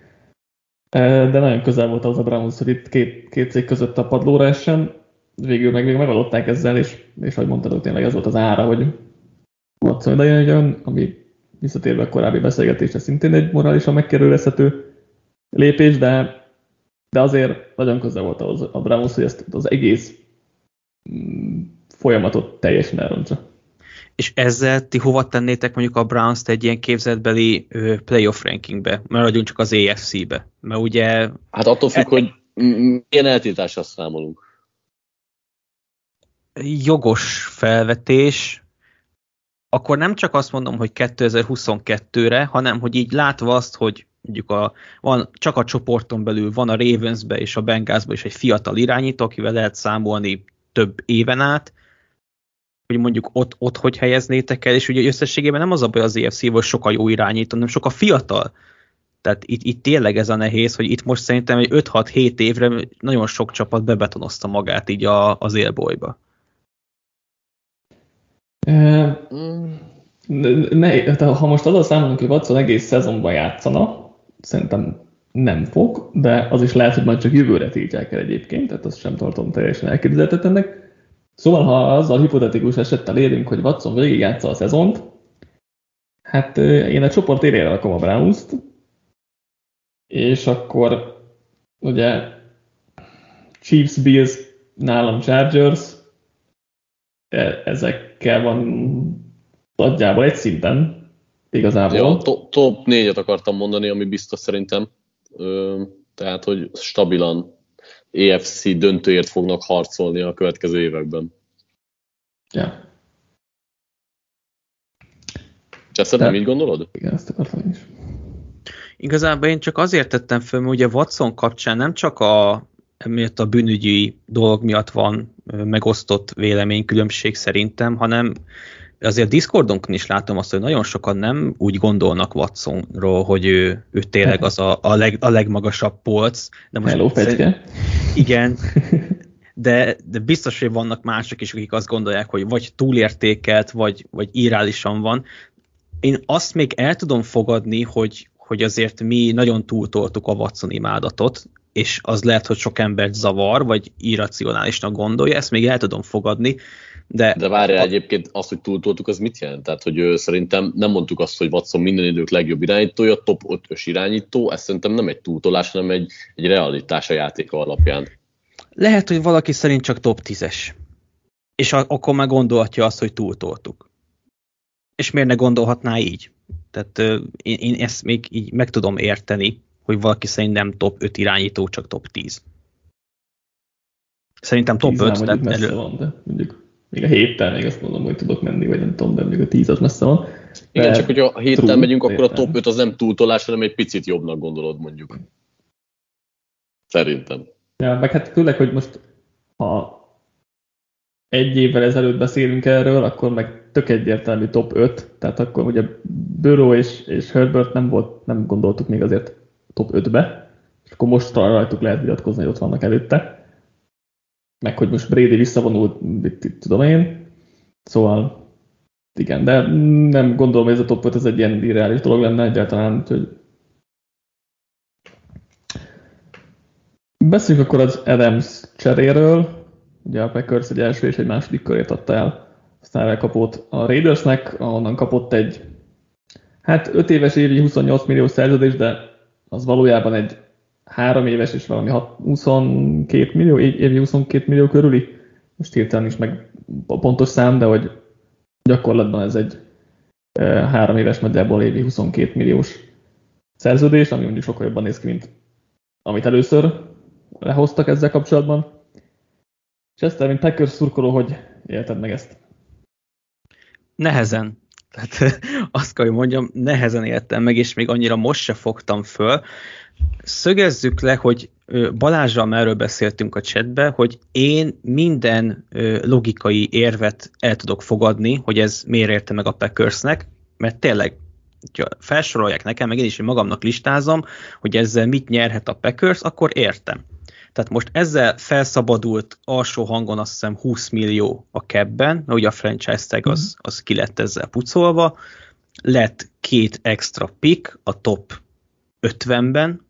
De nagyon közel volt az a Browns, hogy itt két, két cég között a padlóra essen, végül meg még megadották ezzel, és, és ahogy mondtad, hogy tényleg ez volt az ára, hogy Watson ide jön, ami visszatérve a korábbi beszélgetésre szintén egy morálisan megkerülhető lépés, de de azért nagyon közel volt az a Browns, hogy ezt az egész folyamatot teljesen elrontsa. És ezzel ti hova tennétek mondjuk a Browns-t egy ilyen képzeletbeli playoff rankingbe? Maradjunk csak az á ef cé-be. Mert ugye... Hát attól függ, e- hogy milyen eltiltással számolunk. Jogos felvetés. Akkor nem csak azt mondom, hogy kétezer-huszonkettőre, hanem hogy így látva azt, hogy mondjuk a, van, csak a csoporton belül van a Ravensbe és a Bengalsbe is egy fiatal irányító, akivel lehet számolni több éven át, hogy mondjuk ott, ott hogy helyeznétek el, és ugye összességében nem az a baj az á ef cé-vel, hogy sok a jó irányító, hanem sok a fiatal. Tehát itt, itt tényleg ez a nehéz, hogy itt most szerintem egy öt-hat-hét évre nagyon sok csapat bebetonozta magát így a, az élbolyba. Uh, ne, ha most azzal számolunk, hogy Watson egész szezonban játszana, szerintem nem fog, de az is lehet, hogy majd csak jövőre tiltják el egyébként, tehát azt sem tartom teljesen elképzelhetetlennek. Szóval, ha azzal hipotetikus esettel érünk, hogy Watson végigjátsza a szezont, hát én a csoport élére rakom a Browns-t, és akkor ugye Chiefs, Bills, nálam Chargers, ezekkel van nagyjából egy szinten, igazából. Ja, to- top négyet akartam mondani, ami biztos szerintem. Ö, tehát, hogy stabilan á ef cé döntőért fognak harcolni a következő években. Ja. Cseszed, nem így gondolod? Igen, ezt akartam is. Igazából én csak azért tettem föl, mert ugye Watson kapcsán nem csak a, emiatt a bűnügyi dolog miatt van megosztott véleménykülönbség szerintem, hanem azért a Discordonkon is látom azt, hogy nagyon sokan nem úgy gondolnak Watsonról, hogy ő, ő tényleg az a, a, leg, a legmagasabb polc. De most Hello, Petke. Igen, de, de biztos, hogy vannak mások is, akik azt gondolják, hogy vagy túlértékelt, vagy, vagy irreálisan van. Én azt még el tudom fogadni, hogy, hogy azért mi nagyon túltoltuk a Watson imádatot, és az lehet, hogy sok embert zavar, vagy irracionálisnak gondolja, ezt még el tudom fogadni, de... De várjál, egyébként azt, hogy túltoltuk, az mit jelent? Tehát, hogy ö, szerintem nem mondtuk azt, hogy Watson minden idők legjobb irányítója, top ötös irányító, ez szerintem nem egy túltolás, hanem egy, egy realitás a játéka alapján. Lehet, hogy valaki szerint csak top tízes. És akkor már gondolhatja azt, hogy túltoltuk. És miért ne gondolhatná így? Tehát euh, én, én ezt még így meg tudom érteni, hogy valaki szerint nem top öt irányító, csak top tíz. Szerintem top öt. tíz nem, messze elő... van, de mondjuk még a héttel még azt mondom, hogy tudok menni, vagy nem tudom, de mondjuk a tíz az messze van. De igen, csak hogyha a héttel true, megyünk, akkor értem. A top öt az nem túltolás, hanem egy picit jobbnak gondolod, mondjuk. Szerintem. Ja, meg hát főleg, hogy most ha egy évvel ezelőtt beszélünk erről, akkor meg tök egyértelmű top öt, tehát akkor ugye Burrow és, és Herbert nem volt, nem gondoltuk még azért top ötbe, és akkor most rajtuk lehet vitatkozni, hogy ott vannak előtte. Meg hogy most Brady visszavonult, mit, mit tudom én. Szóval igen, de nem gondolom, hogy ez a top öt ez egy ilyen irreális dolog lenne egyáltalán, úgyhogy beszéljünk akkor az Adams cseréről. Ugye a Packers egy első és egy második körét adta el, aztán elkapott a Raidersnek, ahonnan kapott egy hát öt éves évi huszonnyolc milliós szerződés, de az valójában egy három éves és valami huszonkét millió, évi huszonkét millió körüli. Most hirtelen is meg a pontos szám, de hogy gyakorlatban ez egy e, három éves nagyjából évi huszonkét milliós szerződés, ami mondjuk sokkal jobban néz ki, mint amit először lehoztak ezzel kapcsolatban. És ezt, mint Packers szurkoló, hogy élted meg ezt? Nehezen. Tehát azt kell, hogy mondjam, nehezen éltem meg, és még annyira most se fogtam föl. Szögezzük le, hogy Balázsral már erről beszéltünk a chatbe, hogy én minden logikai érvet el tudok fogadni, hogy ez miért érte meg a Packersnek, mert tényleg ha felsorolják nekem, meg én is magamnak listázom, hogy ezzel mit nyerhet a Packers, akkor értem. Tehát most ezzel felszabadult alsó hangon azt hiszem húsz millió a capben, mert ugye a franchise tag az, az ki lett ezzel pucolva, lett két extra pick a top ötvenben,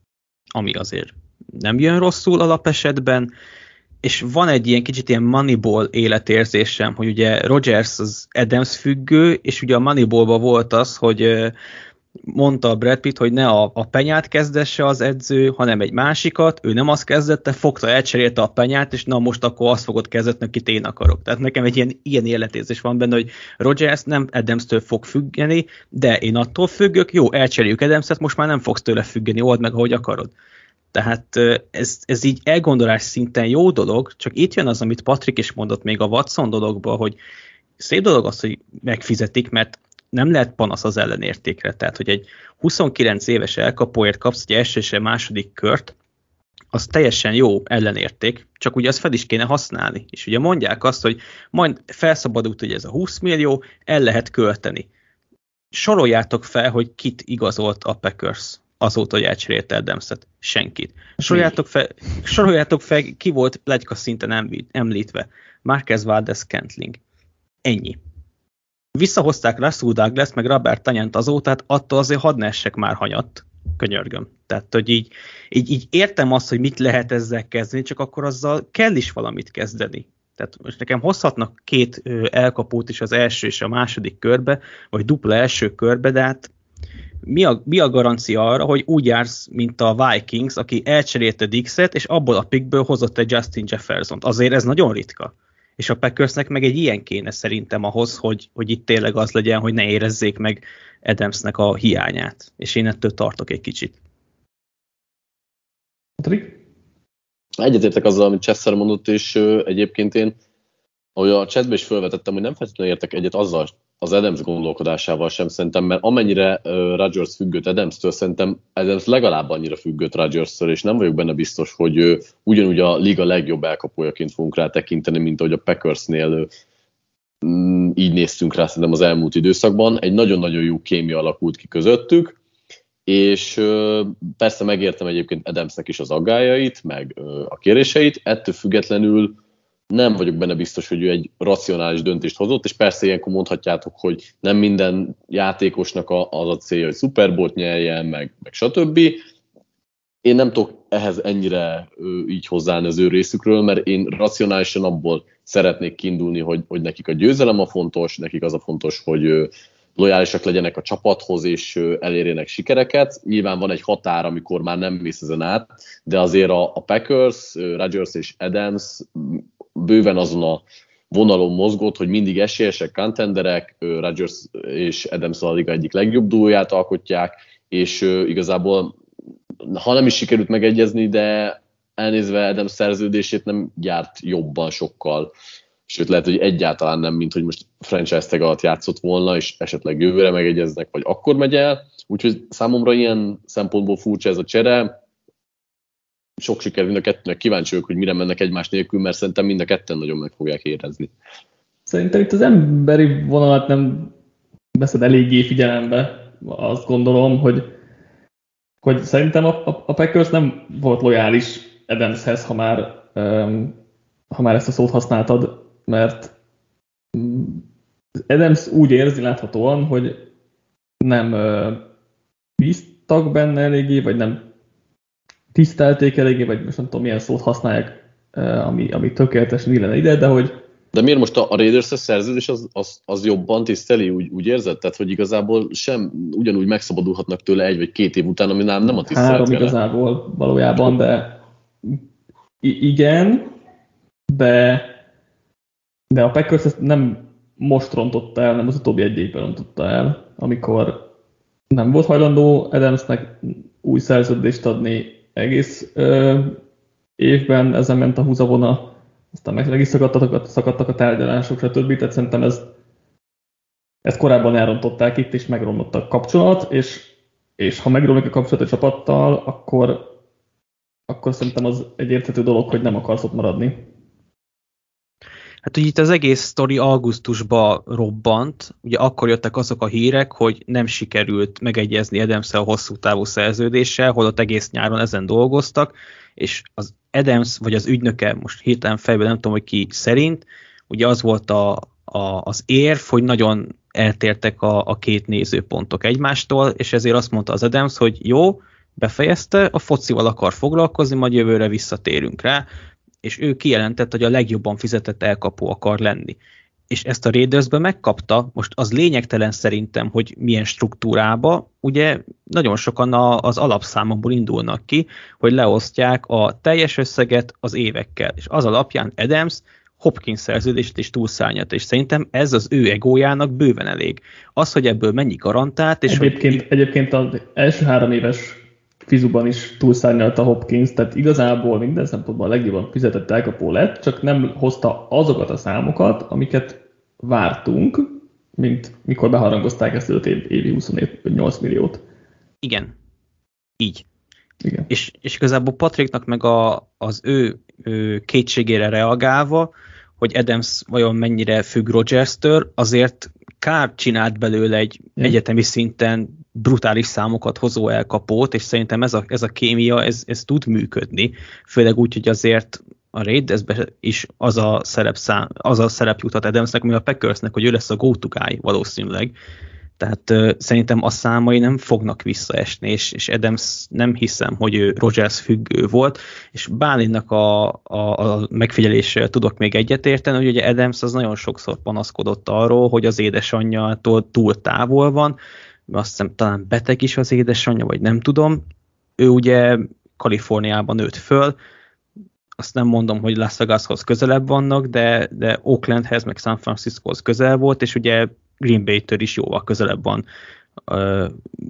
ami azért nem jön rosszul alapesetben, és van egy ilyen kicsit ilyen Moneyball életérzésem, hogy ugye Rodgers az Adams függő, és ugye a Moneyballban volt az, hogy mondta a Brad Pitt, hogy ne a, a penyát kezdesse az edző, hanem egy másikat, ő nem azt kezdette, fogta, elcserélte a penyát, és na most akkor azt fogod kezdetni, akit én akarok. Tehát nekem egy ilyen, ilyen életérzés van benne, hogy Rodgers nem Adams-től fog függeni, de én attól függök, jó, elcseréljük Adams-et, most már nem fogsz tőle függeni, old meg, ahogy akarod. Tehát ez, ez így elgondolás szinten jó dolog, csak itt jön az, amit Patrik is mondott még a Watson dologban, hogy szép dolog az, hogy megfizetik, mert nem lehet panasz az ellenértékre. Tehát, hogy egy huszonkilenc éves elkapóért kapsz egy első és egy második kört, az teljesen jó ellenérték, csak ugye azt fel is kéne használni. És ugye mondják azt, hogy majd felszabadult ugye ez a húsz millió, el lehet költeni. Soroljátok fel, hogy kit igazolt a Packers azóta, hogy elcserélte Adams-et. Senkit. Soroljátok fel, soroljátok fel, ki volt pletyka szinten említve. Marquez Valdes-Scantling. Ennyi. Visszahozták Russell Douglas, meg Robert Tanyant azóta, tehát attól azért hadd ne essek már hanyat. Könyörgöm. Tehát, hogy így, így, így értem azt, hogy mit lehet ezzel kezdeni, csak akkor azzal kell is valamit kezdeni. Tehát most nekem hozhatnak két elkapót is az első és a második körbe, vagy dupla első körbe, de hát mi a, mi a garancia arra, hogy úgy jársz, mint a Vikings, aki elcserélte Dixet, és abból a pickből hozott egy Justin Jeffersont. Azért ez nagyon ritka. És a Packersnek meg egy ilyen kéne szerintem ahhoz, hogy, hogy itt tényleg az legyen, hogy ne érezzék meg Adamsnek a hiányát. És én ettől tartok egy kicsit. Egyetértek azzal, amit Chester mondott, és uh, egyébként én, ahogy a chatben is felvetettem, hogy nem feltétlenül értek egyet azzal az Adams gondolkodásával sem szerintem, mert amennyire uh, Rodgers függött Adams-től, szerintem Adams legalább annyira függött Rodgers-től, és nem vagyok benne biztos, hogy uh, ugyanúgy a liga legjobb elkapójaként fogunk rá tekinteni, mint ahogy a Packersnél uh, mm, így néztünk rá szerintem az elmúlt időszakban. Egy nagyon-nagyon jó kémia alakult ki közöttük, és uh, persze megértem egyébként Adamsnek is az aggályait, meg uh, a kéréseit, ettől függetlenül nem vagyok benne biztos, hogy ő egy racionális döntést hozott, és persze ilyenkor mondhatjátok, hogy nem minden játékosnak az a célja, hogy Super Bowl-t nyerjen, meg, meg stb. én nem tudok ehhez ennyire ö, így hozzáállni az ő részükről, mert én racionálisan abból szeretnék kiindulni, hogy, hogy nekik a győzelem a fontos, nekik az a fontos, hogy ö, lojálisak legyenek a csapathoz, és ö, elérjenek sikereket. Nyilván van egy határ, amikor már nem mész ezen át, de azért a, a Packers, ö, Rodgers és Adams bőven azon a vonalon mozgott, hogy mindig esélyesek, contenderek, ö, Rodgers és Adams a liga egyik legjobb duóját alkotják, és ö, igazából ha nem is sikerült megegyezni, de elnézve Adams szerződését nem gyárt jobban sokkal. Sőt, lehet, hogy egyáltalán nem, mint hogy most franchise tag alatt játszott volna, és esetleg jövőre megegyeznek, vagy akkor megy el. Úgyhogy számomra ilyen szempontból furcsa ez a csere. Sok siker mind a kettőnek, kíváncsi vagyok, hogy mire mennek egymás nélkül, mert szerintem mind a ketten nagyon meg fogják érezni. Szerintem itt az emberi vonalat nem veszed eléggé figyelembe. Azt gondolom, hogy hogy szerintem a, a, a Packers nem volt lojális Adamshez, ha már, um, ha már ezt a szót használtad, mert Adams úgy érzi láthatóan, hogy nem uh, bíztak benne eléggé, vagy nem tisztelték eléggé, vagy most nem tudom milyen szót használják, uh, ami, ami tökéletesen illene ide, de hogy De miért most a Raiders-es szerződés az, az, az jobban tiszteli, úgy, úgy érzed? Tehát, hogy igazából sem ugyanúgy megszabadulhatnak tőle egy vagy két év után, ami nem, nem a tisztelet három vele. igazából valójában, de I- igen, de, de a Packers ezt nem most rontotta el, nem az utóbbi egy évben rontotta el, amikor nem volt hajlandó Adamsnek új szerződést adni egész ö, évben, ezen ment a húzavona, aztán meg, meg is szakadtak, szakadtak a tárgyalások, stb. Tehát szerintem ez, ezt korábban elrontották itt, és megromlott a kapcsolat, és, és ha megromlik a kapcsolat a csapattal, akkor, akkor szerintem az egy érthető dolog, hogy nem akarsz ott maradni. Hát ugye itt az egész sztori augusztusban robbant, ugye akkor jöttek azok a hírek, hogy nem sikerült megegyezni Adams-szel a hosszú távú szerződéssel, holott egész nyáron ezen dolgoztak, és az Adams, vagy az ügynöke, most hirtelen fejben nem tudom, hogy ki szerint, ugye az volt a, a, az érv, hogy nagyon eltértek a, a két nézőpontok egymástól, és ezért azt mondta az Adams, hogy jó, befejezte, a focival akar foglalkozni, majd jövőre visszatérünk rá, és ő kijelentett, hogy a legjobban fizetett elkapó akar lenni. És ezt a Raidersben megkapta, most az lényegtelen szerintem, hogy milyen struktúrába, ugye nagyon sokan a, az alapszámokból indulnak ki, hogy leosztják a teljes összeget az évekkel, és az alapján Adams Hopkins szerződést is túlszárnyat, és szerintem ez az ő egójának bőven elég. Az, hogy ebből mennyi garantált, és Egyébként, hogy... egyébként az első három éves fizuban is túlszárnyalt a Hopkins, tehát igazából minden szempontból a legjobban fizetett elkapó lett, csak nem hozta azokat a számokat, amiket vártunk, mint mikor beharangozták ezt az év, évi huszonnyolc milliót. Igen, így. Igen. És, és igazából Patricknak meg a, az ő, ő kétségére reagálva, hogy Adams vajon mennyire függ Rodgers-től, azért kár csinált belőle egy mm. egyetemi szinten brutális számokat hozó elkapót, és szerintem ez a, ez a kémia, ez, ez tud működni, főleg úgy, hogy azért a Raidersben is az a szerep, szám, az a szerep jutott Adamsnek, ami a Packersnek, hogy ő lesz a go-to guy valószínűleg. Tehát uh, szerintem a számai nem fognak visszaesni, és, és Adams nem hiszem, hogy ő Rodgers függő volt, és Bálinnak a, a, a megfigyeléssel tudok még egyetérteni, hogy ugye Adams az nagyon sokszor panaszkodott arról, hogy az édesanyjától túl távol van, azt hiszem talán beteg is az édesanyja, vagy nem tudom. Ő ugye Kaliforniában nőtt föl, azt nem mondom, hogy Las Vegashoz közelebb vannak, de, de Oaklandhez, meg San Franciscohoz közel volt, és ugye Green Bay-től is jóval közelebb van. Uh,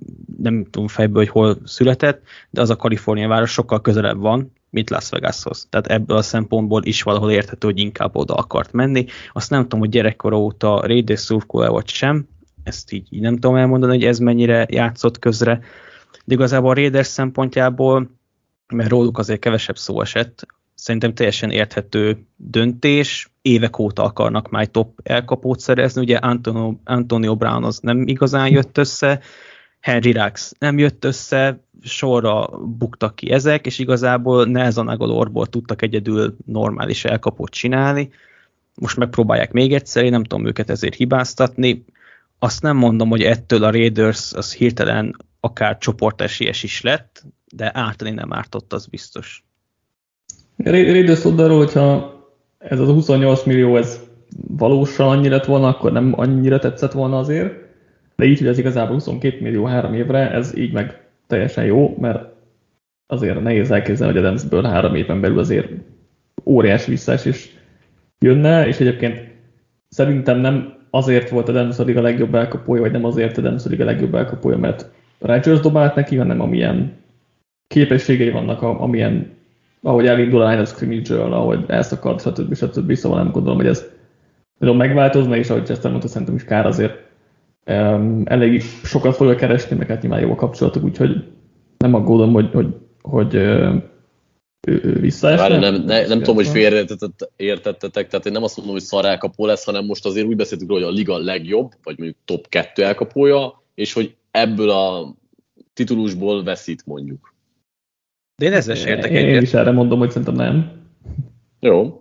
nem tudom fejből, hogy hol született, de az a Kalifornia város sokkal közelebb van, mint Las Vegashoz. Tehát ebből a szempontból is valahol érthető, hogy inkább oda akart menni. Azt nem tudom, hogy gyerekkora óta Raiders szurkoló vagy sem, ezt így, így nem tudom elmondani, hogy ez mennyire játszott közre, de igazából a Raiders szempontjából, mert róluk azért kevesebb szó esett, szerintem teljesen érthető döntés, évek óta akarnak már top elkapót szerezni, ugye Antonio, Antonio Brown az nem igazán jött össze, Henry Ruggs nem jött össze, sorra buktak ki ezek, és igazából Nelson Agholorból tudtak egyedül normális elkapót csinálni, most megpróbálják még egyszer, én nem tudom őket ezért hibáztatni, azt nem mondom, hogy ettől a Raiders az hirtelen akár csoportesélyes is lett, de ártani nem ártott, az biztos. Raiders oldalról, hogyha ez az a huszonnyolc millió, ez valósan annyi lett volna, akkor nem annyira tetszett volna azért, de így, hogy ez igazából huszonkét millió három évre, ez így meg teljesen jó, mert azért nehéz elképzelni, hogy Adamsből három éven belül azért óriási visszaesés jönne, és egyébként szerintem nem azért volt Adams a liga legjobb elkapója, vagy nem azért Adams a liga legjobb elkapója, mert Rodgers dobált neki, hanem amilyen képességei vannak, amilyen, ahogy elindul a line of scrimmage-ről, ahogy elszakad, stb. stb. Szóval nem gondolom, hogy ez nagyon megváltozna, és ahogy Chester mondta, szerintem is kár azért um, elég sokat fogja keresni, meg hát nyilván jó a kapcsolatok, úgyhogy nem aggódom, hogy, hogy, hogy uh, ő, ő visszaesne. Várj, nem, ne, nem tudom, hogy félreértettetek, tehát én nem azt mondom, hogy szar elkapó lesz, hanem most azért úgy beszéltük róla, hogy a liga legjobb, vagy mondjuk top kettő elkapója, és hogy ebből a titulusból veszít mondjuk. De én ezzel sem értek egyet. Én is erre mondom, hogy szerintem nem. Jó.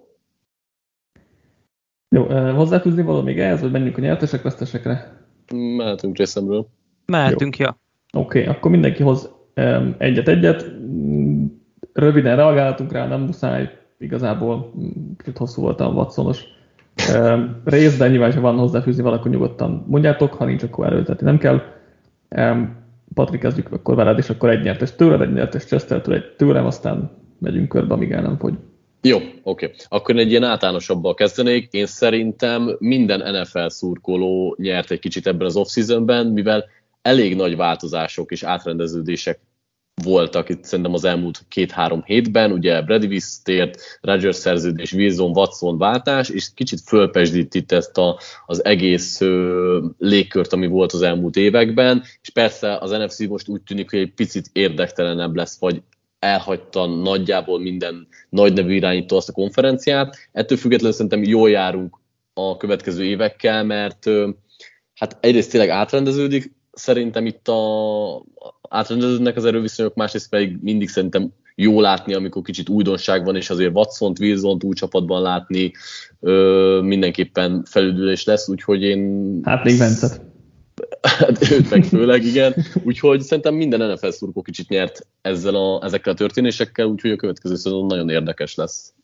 Jó, hozzáfűzni való még ehhez, vagy menjünk a nyertesek, vesztesekre? Mehetünk részemről. Mehetünk, ja. Oké, okay, akkor mindenki hoz egyet-egyet. Röviden reagálhatunk rá, nem muszáj, igazából kicsit hosszú volt a Watsonos rész, de nyilván, ha van hozzáfűzni valakor nyugodtan mondjátok, ha nincs, akkor erőltetni nem kell. Patrik, kezdjük akkor veled, és akkor egy nyertes tőled, egy nyertes Chestertől, egy tőlem, aztán megyünk körbe, amíg el nem fogy. Jó, oké. Okay. Akkor egy ilyen általánosabbal kezdenék. Én szerintem minden en ef el szurkoló nyert egy kicsit ebben az off-seasonben, mivel elég nagy változások és átrendeződések voltak itt szerintem az elmúlt két-három hétben. Ugye Brady visszatért, Rodgers szerződés, Wilson, Watson váltás, és kicsit fölpesdít itt ezt a, az egész ö, légkört, ami volt az elmúlt években, és persze az en ef cé most úgy tűnik, hogy egy picit érdektelenebb lesz, vagy elhagyta nagyjából minden nagy nevű irányító azt a konferenciát. Ettől függetlenül szerintem jól járunk a következő évekkel, mert hát egyrészt tényleg átrendeződik, szerintem itt a, átrendeződnek az erőviszonyok, másrészt pedig mindig szerintem jó látni, amikor kicsit újdonság van, és azért Watsont, Wilsont új csapatban látni ö, mindenképpen felüldülés lesz, úgyhogy én... Hát még Vencet. Hát őt meg főleg, igen. Úgyhogy szerintem minden en ef el szurkó kicsit nyert ezzel a, ezekkel a történésekkel, úgyhogy a következő szezon nagyon érdekes lesz.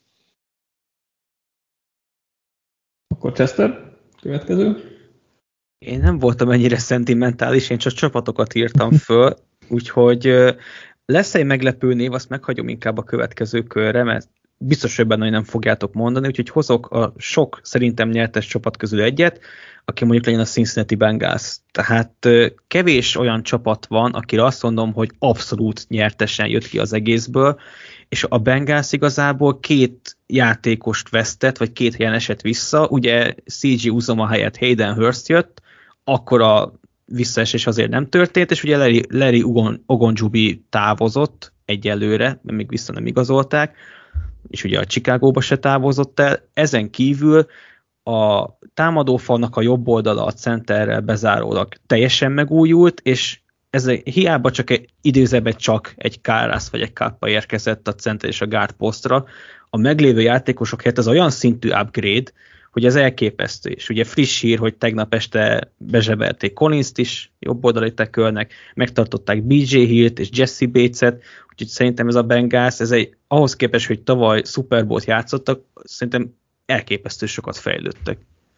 Akkor Chester, következő. Én nem voltam ennyire szentimentális, én csak csapatokat írtam föl, úgyhogy lesz egy meglepő név, azt meghagyom inkább a következő körre, mert biztos, hogy benne, hogy nem fogjátok mondani, úgyhogy hozok a sok szerintem nyertes csapat közül egyet, aki mondjuk legyen a Cincinnati Bengals. Tehát kevés olyan csapat van, akire azt mondom, hogy abszolút nyertesen jött ki az egészből, és a Bengals igazából két játékost vesztett, vagy két helyen esett vissza, ugye cé gé Uzomah helyett Hayden Hurst jött, akkor a visszaesés azért nem történt, és ugye Larry, Larry Ogunjobi távozott egyelőre, mert még vissza nem igazolták, és ugye a Chicagóba se távozott el. Ezen kívül a támadófalnak a jobb oldala a centerrel bezárólag teljesen megújult, és ez hiába csak egy időzőben csak egy Kárász vagy egy Kappa érkezett a center és a guard posztra, a meglévő játékosok helyett ez olyan szintű upgrade, hogy ez elképesztő. És ugye friss hír, hogy tegnap este bezseverték Collinst is, jobb oldali tekölnek, megtartották bé jé Hillt és Jesse Bates-et, úgyhogy szerintem ez a Bengals, ez egy, ahhoz képest, hogy tavaly Super Bowl-t játszottak, szerintem elképesztő sokat fejlődtek.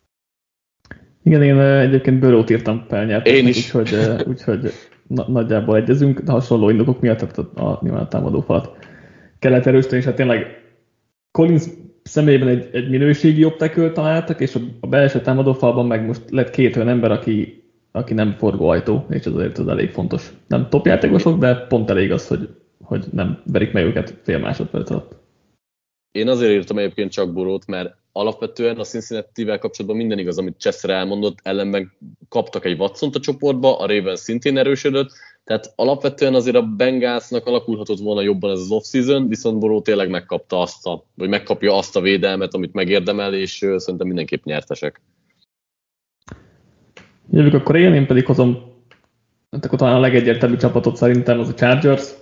Igen, én egyébként Burrow-t írtam felnyertesnek, Én is. Úgyhogy, úgyhogy na, nagyjából egyezünk, de hasonló indokok miatt a, a, nyilván a támadófalat kellett erősíteni, és hát tényleg Collins személyében egy, egy minőségi jobb tekölt találtak, és a, a belső támadófalban meg most lett két olyan ember, aki, aki nem forgóajtó, és az azért az elég fontos. Nem top játékosok, de pont elég az, hogy, hogy nem verik meg őket fél másodperc alatt. Én azért írtam egyébként csak Burrowt, mert alapvetően a Cincinnati-vel kapcsolatban minden igaz, amit Chester elmondott, ellenben kaptak egy Watsont a csoportba, a Ravens szintén erősödött, tehát alapvetően azért a Bengalsnak alakulhatott volna jobban ez az off-season, viszont Burrow tényleg megkapta azt a, vagy megkapja azt a védelmet, amit megérdemel, és szerintem mindenképp nyertesek. Jövök akkor én, én pedig hozom, akkor talán a legegyértelműbb csapatot szerintem az a Chargers.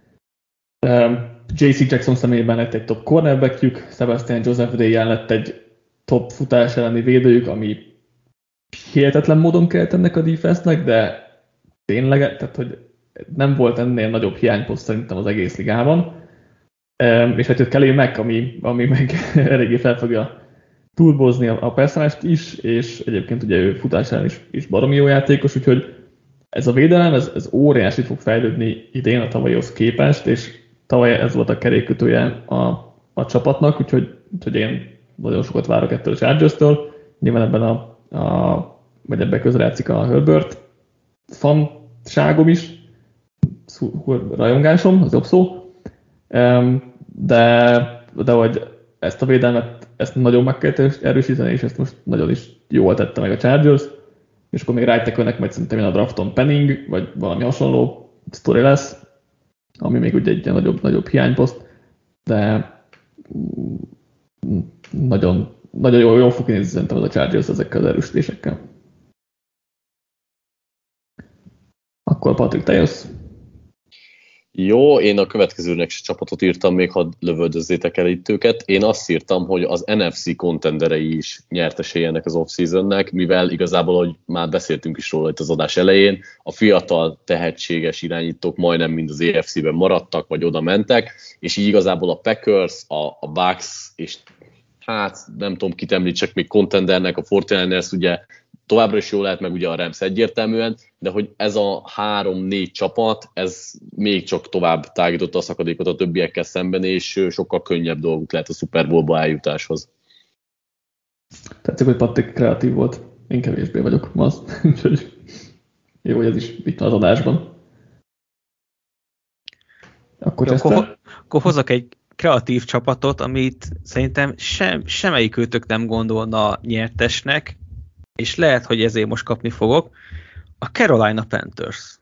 jé cé Jackson személyében lett egy top cornerbackjük, Sebastian Joseph Day-jel lett egy top futás elleni védőjük, ami hihetetlen módon kellett ennek a defense-nek, de tényleg, tehát hogy nem volt ennél nagyobb hiányposzt szerintem az egész ligában. És hát jött Kelly Mack, ami, ami meg eléggé fel fogja turbozni a, a personást is, és egyébként ugye ő futásán is, is baromi jó játékos, úgyhogy ez a védelem, ez, ez óriási fog fejlődni idén a tavalyhoz képest, és tavaly ez volt a kerékkötője a, a csapatnak, úgyhogy, úgyhogy én nagyon sokat várok ettől a Chargers-től. Nyilván ebben a, a vagy ebben közrejátszik a Herbert fanságom is, rajongásom, az jobb szó, de, de hogy ezt a védelmet, ezt nagyon meg kell erősíteni, és ezt most nagyon is jól tette meg a Chargers, és akkor még rájtekölnek majd szerintem a drafton Penning, vagy valami hasonló sztori lesz, ami még ugye egy nagyobb, nagyobb hiányposzt, de nagyon, nagyon jól, jól fog kinézni szerintem az a Chargers ezekkel az erősítésekkel. Akkor Patrik, te jössz? Jó, én a következőnek is csapatot írtam, még ha lövöldözzétek el itt őket. Én azt írtam, hogy az en ef cé kontenderei is nyertesei ennek az off-seasonnek, mivel igazából, hogy már beszéltünk is róla itt az adás elején, a fiatal, tehetséges irányítók majdnem mind az á ef cé-ben maradtak, vagy oda mentek, és így igazából a Packers, a, a Bucks, és hát nem tudom, kit említsek még contendernek, a negyvenkilencesek ugye továbbra is jól lehet, meg ugye a Rams egyértelműen, de hogy ez a három-négy csapat, ez még csak tovább tágította a szakadékot a többiekkel szemben, és sokkal könnyebb dolguk lehet a Super Bowl-ba eljutáshoz. Tetszik, hogy Patrik kreatív volt. Én kevésbé vagyok ma az. Úgyhogy jó, hogy ez is itt van az adásban. Akkor, jó, akkor, akkor hozok egy kreatív csapatot, amit szerintem sem, semmelyik őtök nem gondolna nyertesnek, és lehet, hogy ezért most kapni fogok. A Carolina Panthers.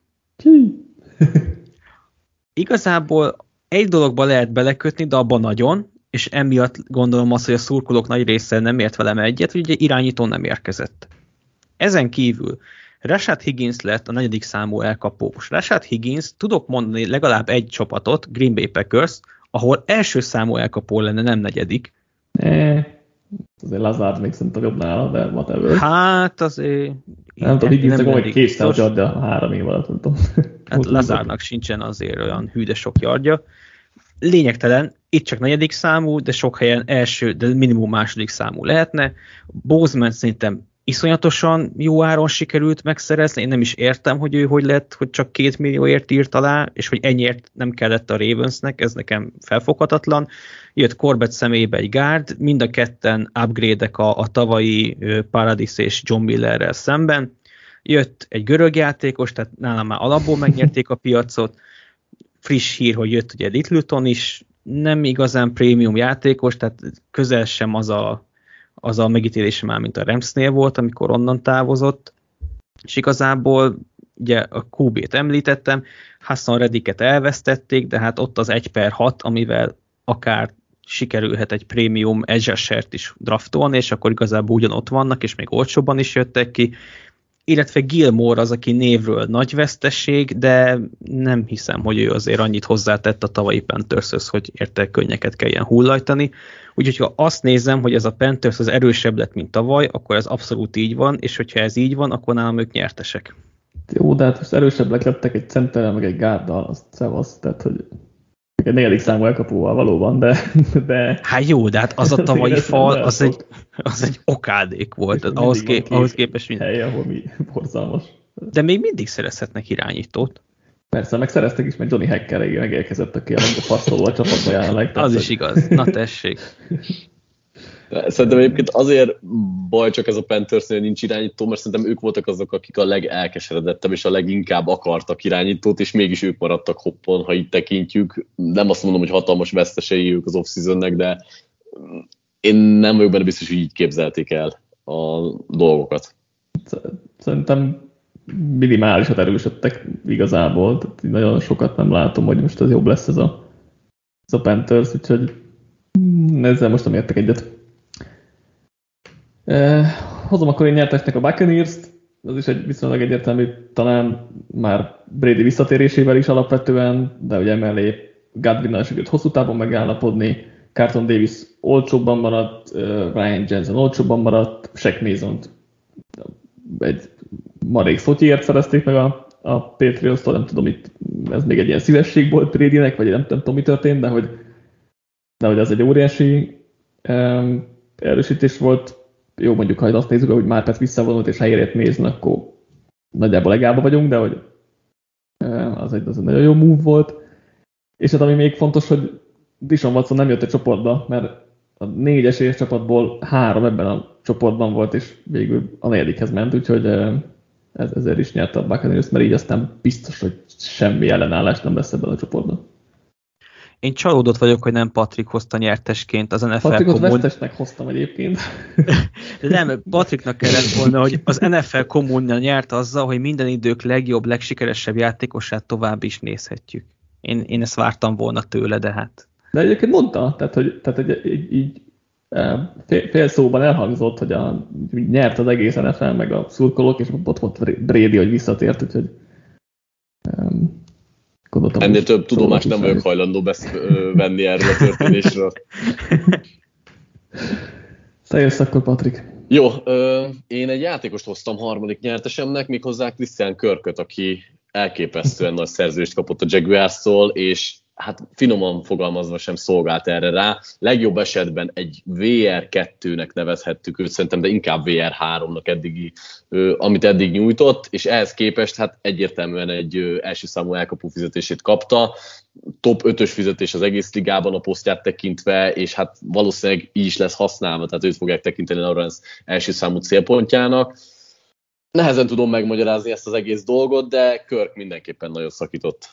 Igazából egy dologba lehet belekötni, de abban nagyon, és emiatt gondolom azt, hogy a szurkolók nagy része nem ért velem egyet, hogy ugye irányító nem érkezett. Ezen kívül Rashad Higgins lett a negyedik számú elkapó. Most Rashad Higgins, tudok mondani legalább egy csapatot, Green Bay Packers, ahol első számú elkapó lenne, nem negyedik. Eh, azért Lazard még szerintem jobb nála, de whatever. Hát azért... Nem tudom, Higginsnek olyan kétszáz yardja három év alatt, nem tudom. Hát Lazardnak sincsen azért olyan hű, de sok yardja. Lényegtelen, itt csak negyedik számú, de sok helyen első, de minimum második számú lehetne. Bozeman szerintem iszonyatosan jó áron sikerült megszerezni, én nem is értem, hogy ő hogy lett, hogy csak két millióért írt alá, és hogy ennyiért nem kellett a Ravensnek, ez nekem felfoghatatlan. Jött Corbett személybe egy guard, mind a ketten upgrade-ek a, a tavalyi Paradis és John Millerrel szemben. Jött egy görög játékos, tehát nálam már alapból megnyerték a piacot. Friss hír, hogy jött ugye Littleton is, nem igazán prémium játékos, tehát közel sem az a az a megítélése már, mint a Ramsnél volt, amikor onnan távozott, és igazából ugye a kú bét említettem, Hassan Reddicket elvesztették, de hát ott az egy per hat, amivel akár sikerülhet egy prémium edge rushert is draftolni, és akkor igazából ugyanott vannak, és még olcsóbban is jöttek ki, illetve Gilmore az, aki névről nagy vesztesség, de nem hiszem, hogy ő azért annyit hozzátett a tavalyi Panthershöz, hogy érte könnyeket kelljen hullajtani. Úgyhogy ha azt nézem, hogy ez a Panthers az erősebb lett, mint tavaly, akkor ez abszolút így van, és hogyha ez így van, akkor nálam ők nyertesek. Jó, de hát most erősebbek lettek egy centerrel, meg egy gárddal, azt szevasz, tehát hogy egy negyedik számú elkapóval valóban, de, de... Hát jó, de hát az a tavalyi fal, az egy, az egy okádék volt, ahhoz, kép, ahhoz képest minden. Hely, ahol mi borzalmas. De még mindig szerezhetnek irányítót. Persze, meg szereztek is, mert Johnny Hacker megérkezett, aki a legjobb passzoló a csapatba jelenleg. Az is igaz, na tessék. Szerintem egyébként azért baj csak ez a Panthersnél nincs irányító, mert szerintem ők voltak azok, akik a legelkeseredettebb és a leginkább akartak irányítót, és mégis ők maradtak hoppon, ha így tekintjük. Nem azt mondom, hogy hatalmas vesztesei ők az off-seasonnek, de én nem vagyok benne biztos, hogy így képzelték el a dolgokat. Szerintem minimálisat erősödtek igazából, tehát nagyon sokat nem látom, hogy most ez jobb lesz ez a, ez a Panthers, úgyhogy ezzel most nem értek egyet. Eh, hozom akkor én nyertesnek a Buccaneers-t, az is egy viszonylag egyértelmű, talán már Brady visszatérésével is alapvetően, de ugye mellé Godwin-nal sikerült hosszú távon megállapodni, Carlton Davis olcsóbban maradt, Ryan Jensen olcsóbban maradt, Shaq Mason egy marék szotyiért szerezték meg a, a Patriots-tól, nem tudom, itt ez még egy ilyen szívesség volt Bradynek, vagy nem, nem tudom, mi történt, de hogy, de hogy az egy óriási um, erősítés volt. Jó, mondjuk, ha azt nézzük, hogy már perc visszavonult és helyért nézni, akkor nagyjából legába vagyunk, de hogy um, az, egy, az egy nagyon jó move volt. És hát ami még fontos, hogy Deshaun Watson nem jött a csoportba, mert a négy esélyes csapatból három ebben a csoportban volt, és végül a negyedikhez ment, úgyhogy ez, ezért is nyerte a Buccaneers, mert így aztán biztos, hogy semmi ellenállás nem lesz ebben a csoportban. Én csalódott vagyok, hogy nem Patrick hozta nyertesként az en ef el Patrickot kommun... vesztesnek hoztam egyébként. De nem, Patricknak kellett volna, hogy az en ef el kommunnal nyert azzal, hogy minden idők legjobb, legsikeresebb játékosát tovább is nézhetjük. Én, én ezt vártam volna tőle, de hát... De egyébként mondta, tehát, hogy, tehát, hogy így, így fél, fél szóban elhangzott, hogy a, nyert az egész en ef el, meg a szurkolók, és ott volt Brady, hogy visszatért, úgyhogy um, gondoltam, ennél több tudomást nem vagyok hajlandó besz- venni erről a történésről. Szejössz akkor, Patrik. Jó, ö, én egy játékost hoztam harmadik nyertesemnek, méghozzá Christian Kirköt, aki elképesztően nagy szerződést kapott a Jaguarstól, és hát finoman fogalmazva sem szolgált erre rá. Legjobb esetben egy vé er kettőnek nevezhettük őt szerintem, de inkább vé er háromnak eddigi, amit eddig nyújtott, és ehhez képest hát egyértelműen egy első számú elkapó fizetését kapta. Top ötös fizetés az egész ligában a posztját tekintve, és hát valószínűleg így is lesz használva, tehát őt fogják tekinteni Lawrence első számú célpontjának. Nehezen tudom megmagyarázni ezt az egész dolgot, de Kirk mindenképpen nagyon szakított.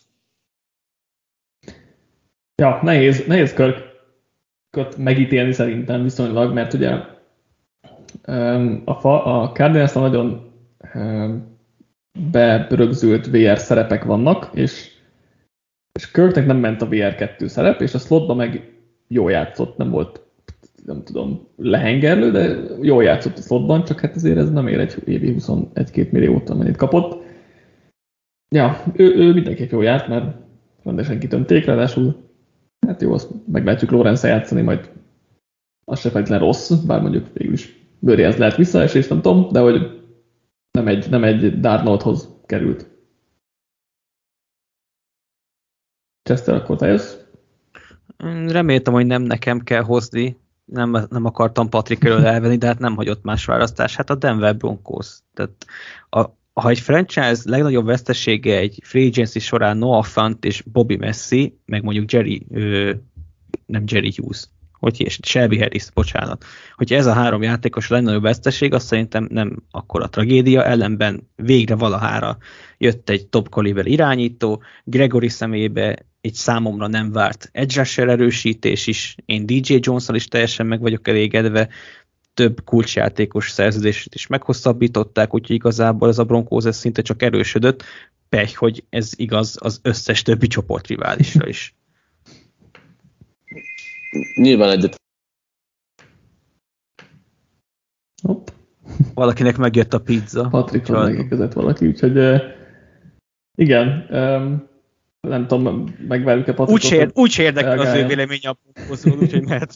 Ja, nehéz, nehéz Kirköt megítélni szerintem viszonylag, mert ugye a, fa, a Cardinals-nál nagyon berögzült vé er szerepek vannak, és, és Kirknek nem ment a vé er kettő szerep, és a slotban meg jól játszott, nem volt, nem tudom, lehengerlő, de jól játszott a slotban, csak hát azért ez nem ér egy évi huszonegy-két milliót, amennyit kapott. Ja, ő, ő mindenképp jól járt, mert rendesen kitömték, ráadásul hát jó, azt meglátjuk Lawrence-el játszani, majd az se feltétlenül rossz, bár mondjuk végül is bőréhez lehet visszaesés, nem tudom, de hogy nem egy, nem egy Darnoldhoz került. Chester, akkor te jössz? Reméltem, hogy nem nekem kell hozni, nem, nem akartam Patrick elől elvenni, de hát nem hagyott más választás. Hát a Denver Broncos. Tehát a, ha egy franchise legnagyobb vesztesége egy free agency során Noah Fant és Bobby Messi, meg mondjuk Jerry, ö, nem Jerry Hughes, hogy és Shelby Harris, bocsánat. Hogyha ez a három játékos a legnagyobb veszteség, azt szerintem nem akkora tragédia, ellenben végre valahára jött egy top caliber irányító, Gregory személyébe egy számomra nem várt edge rusher erősítés is, én dé jé Jones-szal is teljesen meg vagyok elégedve, több kulcsjátékos szerződést is meghosszabbították, úgyhogy igazából ez a Broncos ez szinte csak erősödött, pech, hogy ez igaz az összes többi csoportriválisra is. Nyilván egyet. Hopp. Valakinek megjött a pizza. Patrickhoz megérkezett valaki, úgyhogy uh, igen, um, nem tudom, megvárjuk-e Patrickot. Úgy, ér, úgy érdekel az ő véleménye a Broncosról, úgyhogy mehetsz.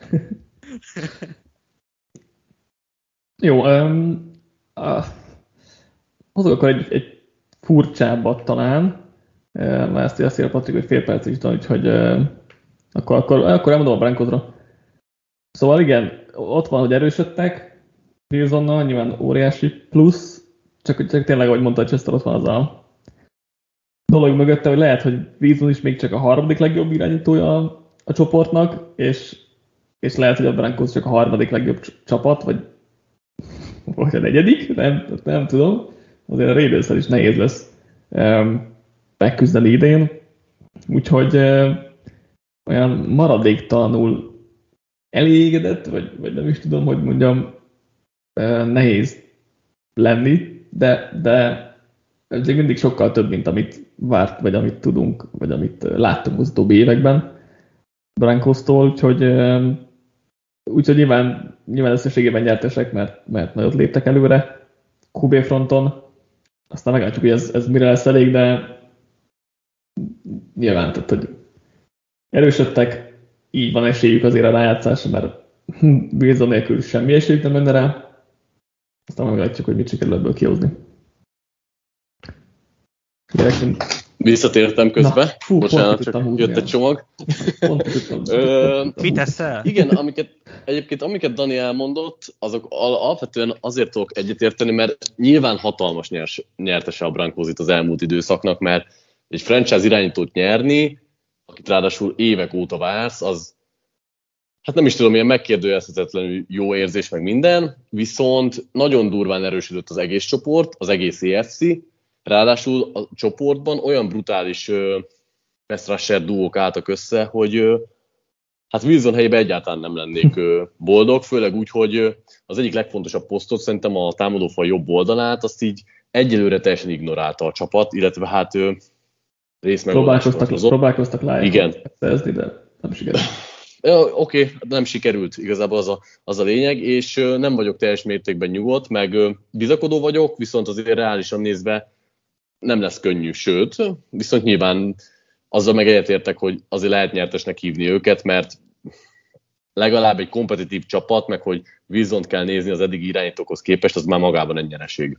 Jó, um, uh, hozok akkor egy, egy furcsábbat talán, uh, mert ezt azt írja Patrik, hogy fél perc is, úgyhogy uh, akkor, akkor, akkor elmondom a Broncosra. Szóval igen, ott van, hogy erősödtek, Wilsonnal, nyilván óriási plusz, csak, csak tényleg, ahogy mondta, Chester, ott van az a dolog mögötte, hogy lehet, hogy Wilson is még csak a harmadik legjobb irányítója a, a csoportnak, és, és lehet, hogy a Broncos csak a harmadik legjobb csapat, vagy, vagy a negyedik, nem, nem tudom. Azért a Raiders-szel is nehéz lesz um, megküzdeni idén, úgyhogy um, olyan maradéktalanul elégedett, vagy, vagy nem is tudom, hogy mondjam, nehéz lenni, de, de ez még mindig sokkal több, mint amit várt, vagy amit tudunk, vagy amit láttunk az utóbbi években Broncostól, úgyhogy, úgyhogy nyilván, nyilván összességében nyertesek, mert, mert nagyot léptek előre kú bé fronton. Aztán meglátjuk, hogy ez, ez mire lesz elég, de nyilván, tehát, hogy erősödtek, így van esélyük azért a rájátszásra, mert Wilson nélkül semmi esélyük nem menne rá. Aztán meglátjuk, hogy mit sikerül ebből kihozni. Gyerekünk. Visszatértem közben. Na, fú, bocsánat, csak jött egy csomag. Mit teszel? Igen, amiket, egyébként amiket Dani elmondott, azok alapvetően azért tudok egyetérteni, mert nyilván hatalmas nyers, nyertese a Broncos itt az elmúlt időszaknak, mert egy franchise irányítót nyerni, akit ráadásul évek óta vársz, az hát nem is tudom, ilyen megkérdőjelezhetetlenül jó érzés meg minden, viszont nagyon durván erősödött az egész csoport, az egész á ef cé, ráadásul a csoportban olyan brutális uh, pass rusher duók álltak össze, hogy uh, hát Wilson helyében egyáltalán nem lennék uh, boldog, főleg úgy, hogy uh, az egyik legfontosabb posztot, szerintem a támadófal jobb oldalát, azt így egyelőre teljesen ignorálta a csapat, illetve hát uh, Próbálkoztak, próbálkoztak láját szerezni, de nem sikerült. Oké, okay, nem sikerült, igazából az a, az a lényeg, és uh, nem vagyok teljes mértékben nyugodt, meg uh, bizakodó vagyok, viszont azért reálisan nézve nem lesz könnyű, sőt, viszont nyilván azzal meg egyetértek, hogy azért lehet nyertesnek hívni őket, mert legalább egy kompetitív csapat, meg hogy Wilsont kell nézni az eddigi irányítókhoz képest, az már magában egy nyereség.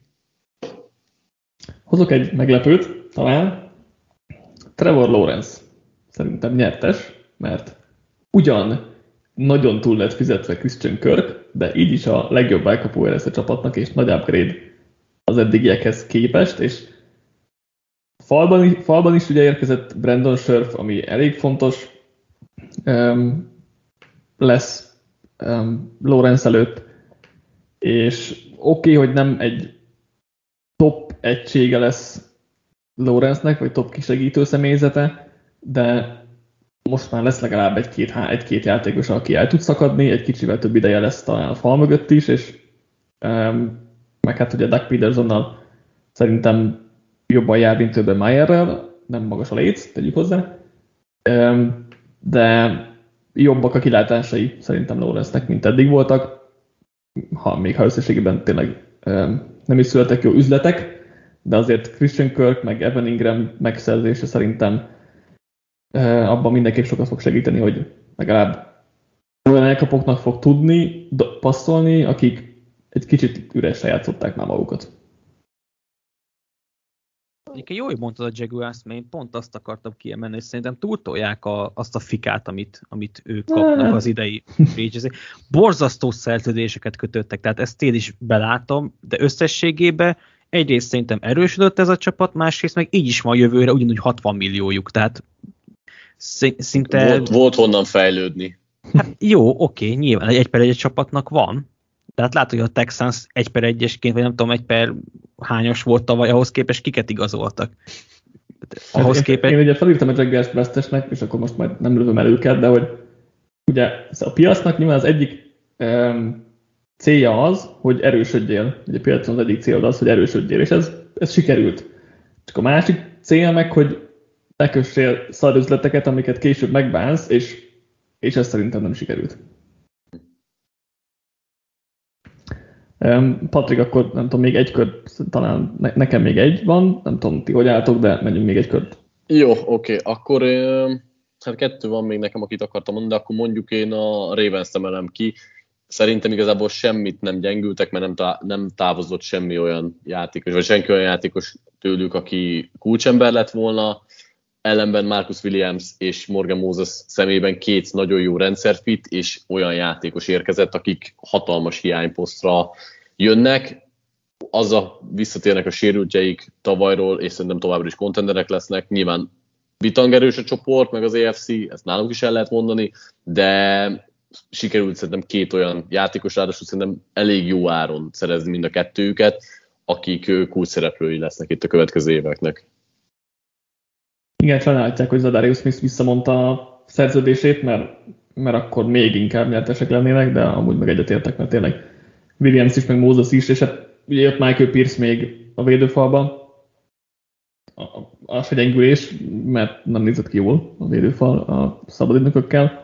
Hozok egy meglepőt, talán. Trevor Lawrence szerintem nyertes, mert ugyan nagyon túl lett fizetve Christian Kirk, de így is a legjobb elkapója lesz a csapatnak, és nagy upgrade az eddigiekhez képest, és falban, falban is ugye érkezett Brandon Scherf, ami elég fontos um, lesz um, Lawrence előtt, és oké, okay, hogy nem egy top egysége lesz Lawrence-nek, vagy top kisegítő személyzete, de most már lesz legalább egy-két, egy-két játékos, aki el tud szakadni, egy kicsivel több ideje lesz talán a fal mögött is, és um, meg hát ugye Doug Petersonnal szerintem jobban jár, mint többen Mayerrel, nem magas a léc, tegyük hozzá, um, de jobbak a kilátásai szerintem Lawrence-nek, mint eddig voltak, ha még ha összességében tényleg um, nem is születtek jó üzletek, de azért Christian Kirk meg Evan Ingram megszerzése szerintem abban mindenképp sokat fog segíteni, hogy legalább olyan elkapóknak fog tudni passzolni, akik egy kicsit üresre játszották már magukat. Egyébként jó, hogy mondtad a Jaguars, mert én pont azt akartam kiemelni, hogy szerintem túltolják a, azt a fikát, amit, amit ők kapnak az idei free. Borzasztó szerződéseket kötöttek, tehát ezt én is belátom, de összességében egyrészt szerintem erősödött ez a csapat, másrészt meg így is van jövőre ugyanúgy hatvan milliójuk, tehát szinte... Volt, volt honnan fejlődni. Hát jó, oké, nyilván egy per egy csapatnak van, tehát látod, hogy a Texans egy per egyesként, vagy nem tudom, egy per hányos volt tavaly, ahhoz képest kiket igazoltak. Ahhoz én, képest... én ugye felírtam a Jaguars vesztesnek, és akkor most majd nem lövöm el őket, de hogy ugye a piacnak nyilván az egyik um, célja az, hogy erősödjél. Ugye a piacon az egyik célod az, hogy erősödjél, és ez, ez sikerült. Csak a másik cél meg, hogy ne kössél szarüzleteket, amiket később megbánsz, és, és ez szerintem nem sikerült. Um, Patrik, akkor nem tudom, még egy kör, talán ne, nekem még egy van, nem tudom, ti hogy álltok, de menjünk még egy kört. Jó, oké, okay. Akkor hát kettő van még nekem, akit akartam mondani, de akkor mondjuk én a Ravens-t emelem ki. Szerintem igazából semmit nem gyengültek, mert nem, tá- nem távozott semmi olyan játékos, vagy senki olyan játékos tőlük, aki kulcsember lett volna. Ellenben Marcus Williams és Morgan Moses szemében két nagyon jó rendszerfit, és olyan játékos érkezett, akik hatalmas hiányposztra jönnek. Azzal visszatérnek a sérültjeik tavalyról, és szerintem továbbra is kontenderek lesznek. Nyilván vitangerős a csoport, meg az á ef cé, ezt nálunk is el lehet mondani, de sikerült szerintem két olyan játékos, ráadásul szerintem elég jó áron szerezni mind a kettőjüket, akik kulcs szereplői lesznek itt a következő éveknek. Igen, sajnálhatják, hogy Zadarius Smith visszamondta a szerződését, mert, mert akkor még inkább nyertesek lennének, de amúgy meg egyetértek, mert tényleg Williams is, meg Moses is, és hát ugye jött Michael Pierce még a védőfalban, a, a fegyengülés, mert nem nézett ki jól a védőfal a szabadidőkökkel,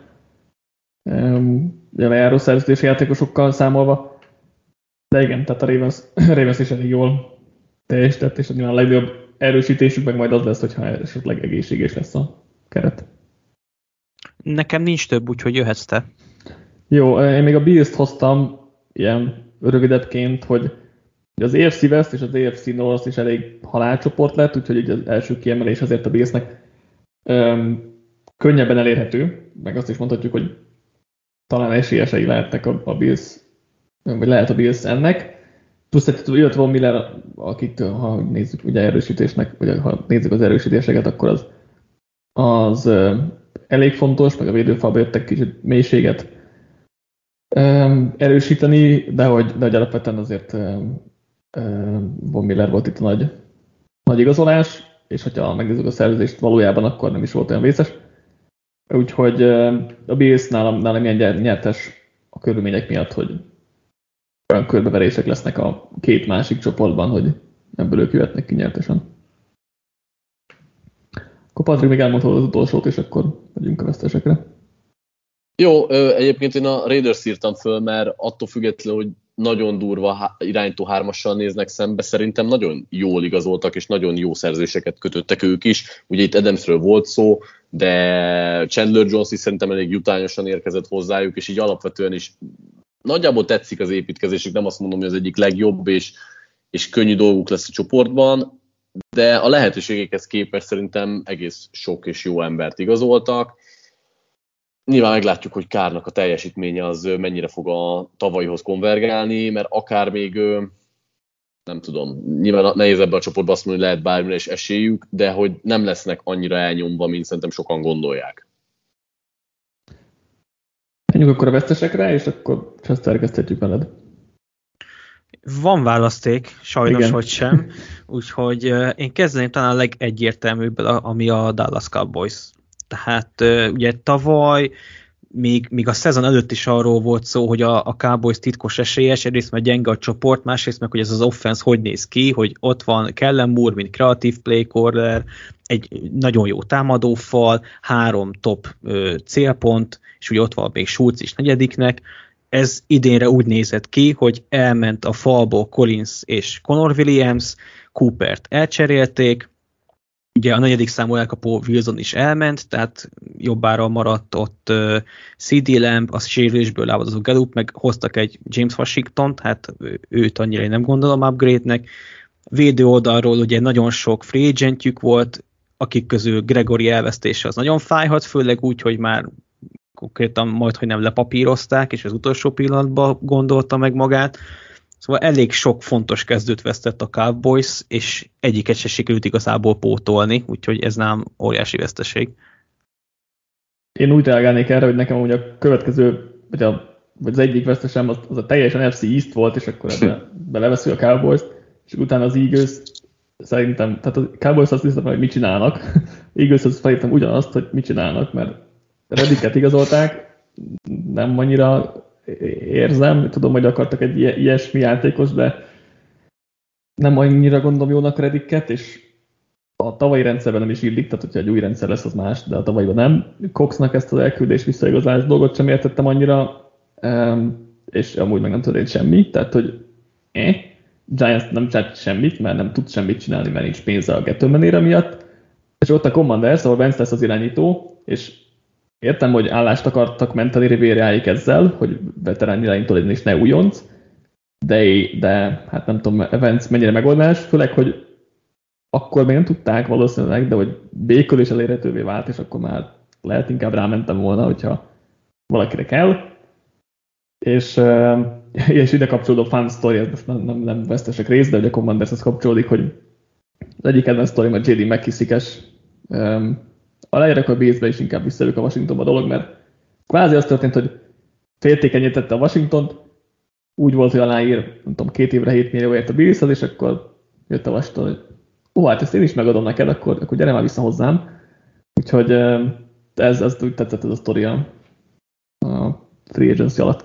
ugye lejáró szerződési játékosokkal számolva, de igen, tehát a Ravens, Ravens is elég jól teljesített, és nyilván a legjobb erősítésük meg majd az lesz, hogyha esetleg egészséges lesz a keret. Nekem nincs több, úgyhogy jöhetsz te. Jó, én még a Bills-t hoztam ilyen rövidebbként, hogy Az á ef cé West és az á ef cé North is elég halálcsoport lett, úgyhogy az első kiemelés azért a Billsnek um, könnyebben elérhető, meg azt is mondhatjuk, hogy talán esélyesei lehetnek a, a Bills, vagy lehet a Bills ennek. Plusz egy jött Von Miller, akit ha nézzük ugye erősítésnek, vagy ha nézzük az erősítéseket, akkor az, az uh, elég fontos, meg a védőfalba jöttek kicsit mélységet um, erősíteni, de hogy, de hogy alapvetően azért um, um, Von Miller volt itt a nagy, nagy igazolás, és hogyha megnézzük a szerződést valójában, akkor nem is volt olyan vészes. Úgyhogy uh, a Bills nálam, nálam ilyen nyertes a körülmények miatt, hogy olyan körbeverések lesznek a két másik csoportban, hogy ebből ők jöhetnek ki nyertesen. Akkor Patrik még elmondhatod az utolsót, és akkor megyünk a vesztesekre. Jó, egyébként én a Raiders írtam föl, mert attól függetlenül, hogy nagyon durva irányító hármassal néznek szembe, szerintem nagyon jól igazoltak, és nagyon jó szerzéseket kötöttek ők is. Ugye itt Adamsről volt szó, de Chandler Jones is szerintem elég jutányosan érkezett hozzájuk, és így alapvetően is nagyjából tetszik az építkezésük, nem azt mondom, hogy az egyik legjobb, és, és könnyű dolguk lesz a csoportban, de a lehetőségekhez képest szerintem egész sok és jó embert igazoltak. Nyilván meglátjuk, hogy Carrnak a teljesítménye az mennyire fog a tavalyihoz konvergálni, mert akár még, nem tudom, nyilván nehéz ebben a csoportban azt mondani, hogy lehet bármire is esélyük, de hogy nem lesznek annyira elnyomva, mint szerintem sokan gondolják. Menjünk akkor a vesztesekre, és akkor Chester kezdhetjük veled. Van választék, sajnos, Igen. hogy sem. Úgyhogy uh, én kezdeném talán a legegyértelműbb, ami a Dallas Cowboys. Tehát uh, ugye tavaly, még, még a szezon előtt is arról volt szó, hogy a, a Cowboys titkos esélyes, egyrészt mert gyenge a csoport, másrészt meg, hogy ez az offense hogy néz ki, hogy ott van Kellen Moore, mint kreatív playcaller, egy nagyon jó támadófal, három top uh, célpont, és ugye ott van még Schultz is negyediknek. Ez idénre úgy nézett ki, hogy elment a falból Collins és Connor Williams, Coopert elcserélték, ugye a negyedik számú elkapó Wilson is elment, tehát jobbára maradt ott uh, cé dé Lamb, a sérülésből lábadozó Gallup, meg hoztak egy James Washington, hát őt annyira én nem gondolom upgrade-nek. Védő oldalról ugye nagyon sok free agentjük volt, akik közül Gregory elvesztése az nagyon fájhat, főleg úgy, hogy már konkrétan majd, hogy nem lepapírozták, és az utolsó pillanatban gondolta meg magát. Szóval elég sok fontos kezdőt vesztett a Cowboys, és egyiket se sikerült igazából pótolni, úgyhogy ez nem óriási veszteség. Én úgy reagálnék erre, hogy nekem ugye a következő, vagy, a, vagy az egyik vesztesem az, az a teljesen ef cé East volt, és akkor ebbe beleveszünk a Cowboys-t, és utána az Eagles szerintem, tehát a Cowboys azt hiszem, hogy mit csinálnak, Eagles az szerintem ugyanazt, hogy mit csinálnak, mert Reddicket igazolták, nem annyira érzem, tudom, hogy akartak egy ilyesmi játékos, de nem annyira gondolom jónak Reddicket, és a tavalyi rendszerben nem is illik, tehát hogyha egy új rendszer lesz, az más, de a tavalyiban nem. Coxnak ezt az elküldés visszaigazolás dolgot sem értettem annyira, és amúgy meg nem történt semmi, tehát hogy eh, Giants nem csinált semmit, mert nem tud semmit csinálni, mert nincs pénze a Gettlemanére miatt, és ott a Commanders, ahol Vance lesz az irányító, és értem, hogy állást akartak menteni Rivériáig ezzel, hogy veterán irányító legyen és ne újonc, de, de hát nem tudom, Vance mennyire megoldás, főleg, hogy akkor még nem tudták valószínűleg, de hogy Baker is elérhetővé vált, és akkor már lehet inkább rámentem volna, hogyha valakire kell. És, és ide kapcsolódó fun story, ez most nem, nem, nem vesztesek rész, de ugye a Commandershez kapcsolódik, hogy az egyik kedvenc sztorim a jé dé McKissick-es, a leírek a Bills-be is inkább visszajövök a Washingtonba dolog, mert kvázi az történt, hogy féltékenyítette a Washingtont, úgy volt, hogy aláír, nem tudom, két évre hét millióért a Bills-hez, és akkor jött a Washington, hogy ó, hát ezt én is megadom neked, akkor, akkor gyere már vissza hozzám. Úgyhogy ez, ez úgy tetszett ez a sztori a free agency alatt.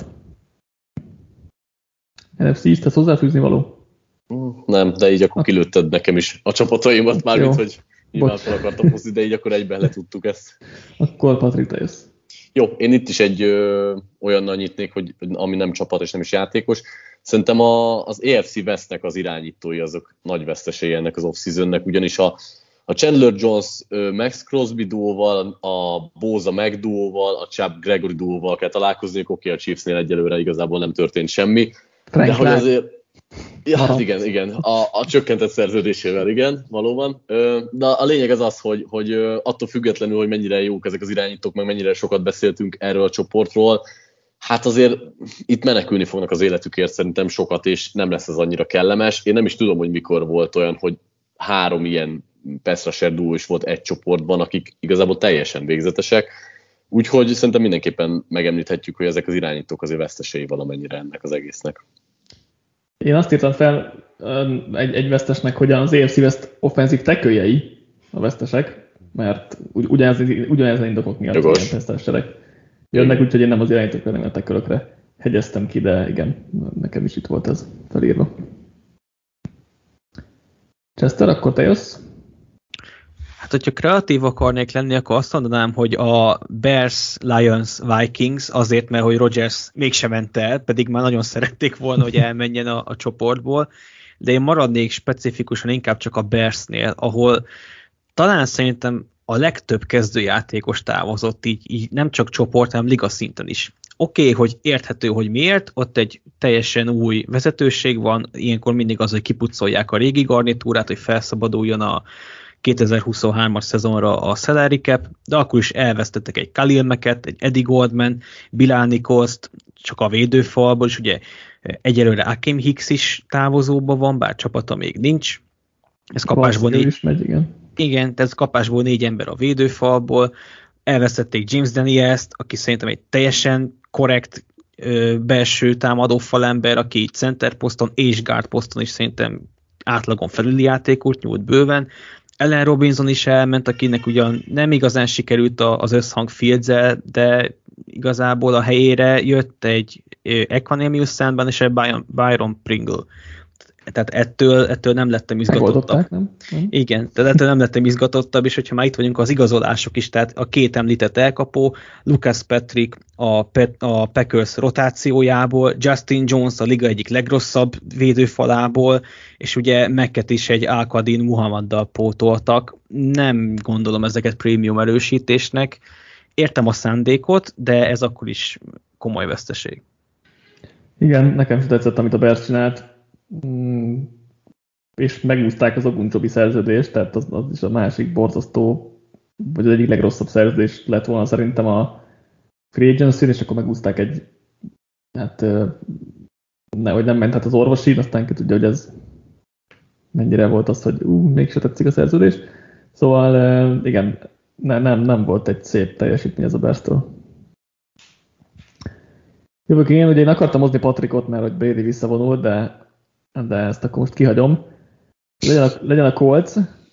en ef cé East, ez hozzáfűzni való? Nem, de így akkor kilőtted nekem is a csapataimat, mármint, hogy nyilván fel akartam hozni, de így akkor egyben letudtuk ezt. Akkor Patrik, te jössz. Jó, én itt is egy ö, olyannal nyitnék, hogy ami nem csapat és nem is játékos. Szerintem a, az á ef cé Westnek az irányítói azok nagy vesztesei ennek az off-seasonnek, ugyanis a, a Chandler Jones ö, Max Crosby duóval, a Bosa Mac duóval, a Chubb Gregory duóval kell találkozni, oké, a Chiefsnél egyelőre igazából nem történt semmi. Frank de hogy azért Ja, hát igen, igen. A, a csökkentett szerződésével, igen, valóban. De a lényeg az az, hogy, hogy attól függetlenül, hogy mennyire jók ezek az irányítók, meg mennyire sokat beszéltünk erről a csoportról, hát azért itt menekülni fognak az életükért szerintem sokat, és nem lesz ez annyira kellemes. Én nem is tudom, hogy mikor volt olyan, hogy három ilyen pass rusher duó is volt egy csoportban, akik igazából teljesen végzetesek. Úgyhogy szerintem mindenképpen megemlíthetjük, hogy ezek az irányítók azért vesztesei valamennyire ennek az egésznek. Én azt írtam fel egy, egy vesztesnek, hogy az á ef cé West offenzív teköljei a vesztesek, mert ugyanez, ugyanez indokok miatt Jogos. ilyen tesztelserek jönnek, úgyhogy én nem az irányítókra, nem a tekölökre hegyeztem ki, de igen, nekem is itt volt ez felírva. Chester, akkor te jössz? Hát, hogyha kreatív akarnék lenni, akkor azt mondanám, hogy a Bears, Lions, Vikings azért, mert hogy Rodgers mégsem ment el, pedig már nagyon szerették volna, hogy elmenjen a, a csoportból, de én maradnék specifikusan inkább csak a Bearsnél, ahol talán szerintem a legtöbb kezdőjátékos távozott, így, így nem csak csoport, hanem liga szinten is. Oké, okay, hogy érthető, hogy miért, ott egy teljesen új vezetőség van, ilyenkor mindig az, hogy kipucolják a régi garnitúrát, hogy felszabaduljon a kétezer-huszonhármas szezonra a salary cap, de akkor is elvesztettek egy Khalil Macket, egy Eddie Goldman, Bilal Nichols-t, csak a védőfalból, és ugye egyelőre Akiem Hicks is távozóban van, bár csapata még nincs. Ez kapásból négy... is megy, igen. Igen, ez kapásból négy ember a védőfalból, elvesztették James Daniels-t, aki szerintem egy teljesen korrekt ö, belső támadó falember, aki center poszton és guard poszton is szerintem átlagon felüli játékot nyújt bőven. Allen Robinson is elment, akinek ugyan nem igazán sikerült az összhang Fields-el, de igazából a helyére jött egy Equanimeous Sandman és egy Byron Pringle. Tehát ettől, ettől nem lettem izgatottabb. Nem? Nem? Igen, tehát ettől nem lettem izgatottabb, és hogyha már itt vagyunk az igazolások is, tehát a két említett elkapó, Lucas Patrick a, Pet, a Packers rotációjából, Justin Jones a liga egyik legrosszabb védőfalából, és ugye Macket is egy Al-Qadin Muhammaddal pótoltak. Nem gondolom ezeket prémium erősítésnek. Értem a szándékot, de ez akkor is komoly veszteség. Igen, nekem sem tetszett, amit a Bears csinált. Mm, és megúzták az Ogunjobi szerződést, tehát az, az is a másik borzasztó, vagy az egyik legrosszabb szerződés lett volna szerintem a free agency-n, és akkor megúzták egy, hát ne, hogy nem ment hát az orvosin, aztán ki tudja, hogy ez mennyire volt az, hogy ú, mégse tetszik a szerződés. Szóval igen, ne, nem, nem volt egy szép teljesítmény ez a Bears-től. Jövök én, ugye én akartam hozni Patrickot, mert hogy Brady visszavonult, de de ezt akkor most kihagyom. Legyen a, legyen a Colts,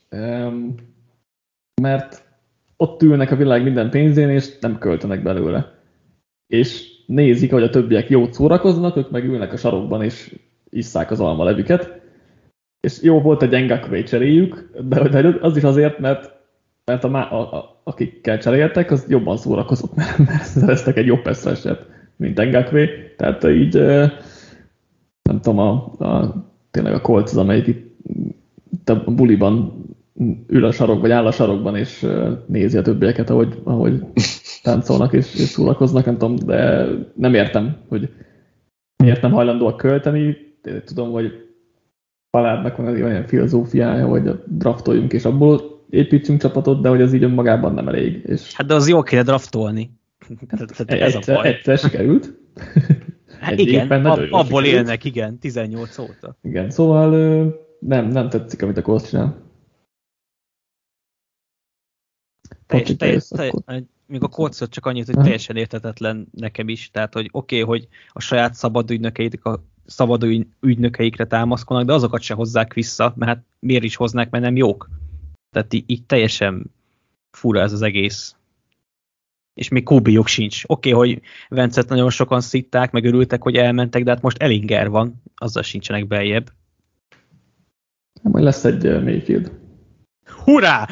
mert ott ülnek a világ minden pénzén, és nem költenek belőle. És nézik, hogy a többiek jót szórakoznak, ők meg ülnek a sarokban, és isszák az almalevüket. És jó volt egy Ngakoue cseréjük, de az is azért, mert, mert a, a, a, akikkel cseréltek, az jobban szórakozott, mert, mert szereztek egy jobb pass rusher-t, mint Ngakoue. Tehát így... nem tudom, a, a, tényleg a Colts az, amelyik itt a buliban ül a sarok, vagy áll a sarokban, és nézi a többieket, ahogy, ahogy táncolnak és, és szórakoznak, nem tudom, de nem értem, hogy miért nem hajlandóak költeni. Tudom, hogy Paládnak van egy olyan filozófiája, hogy draftoljunk, és abból építsünk csapatot, de hogy ez így önmagában nem elég. És hát de az jó kéne draftolni. Ez egyszer, a baj. egyszer sikerült. Hát igen, ab, abból élnek, igen, tizennyolc óta. Igen, szóval nem, nem tetszik, amit a Colts csinál. Teljes, teljes, teljes, még a Colts csak annyit, hogy teljesen érthetetlen nekem is, tehát hogy oké, okay, hogy a saját szabad ügynökeik, a szabad ügynökeikre támaszkodnak, de azokat se hozzák vissza, mert hát miért is hoznák, mert nem jók. Tehát így, így teljesen fura ez az egész. És még Q B-jog sincs. Oké, okay, hogy Vencet nagyon sokan szitták, meg örültek, hogy elmentek, de hát most Ellinger van, azzal sincsenek beljebb. Majd lesz egy uh, Mayfield. Hurrá!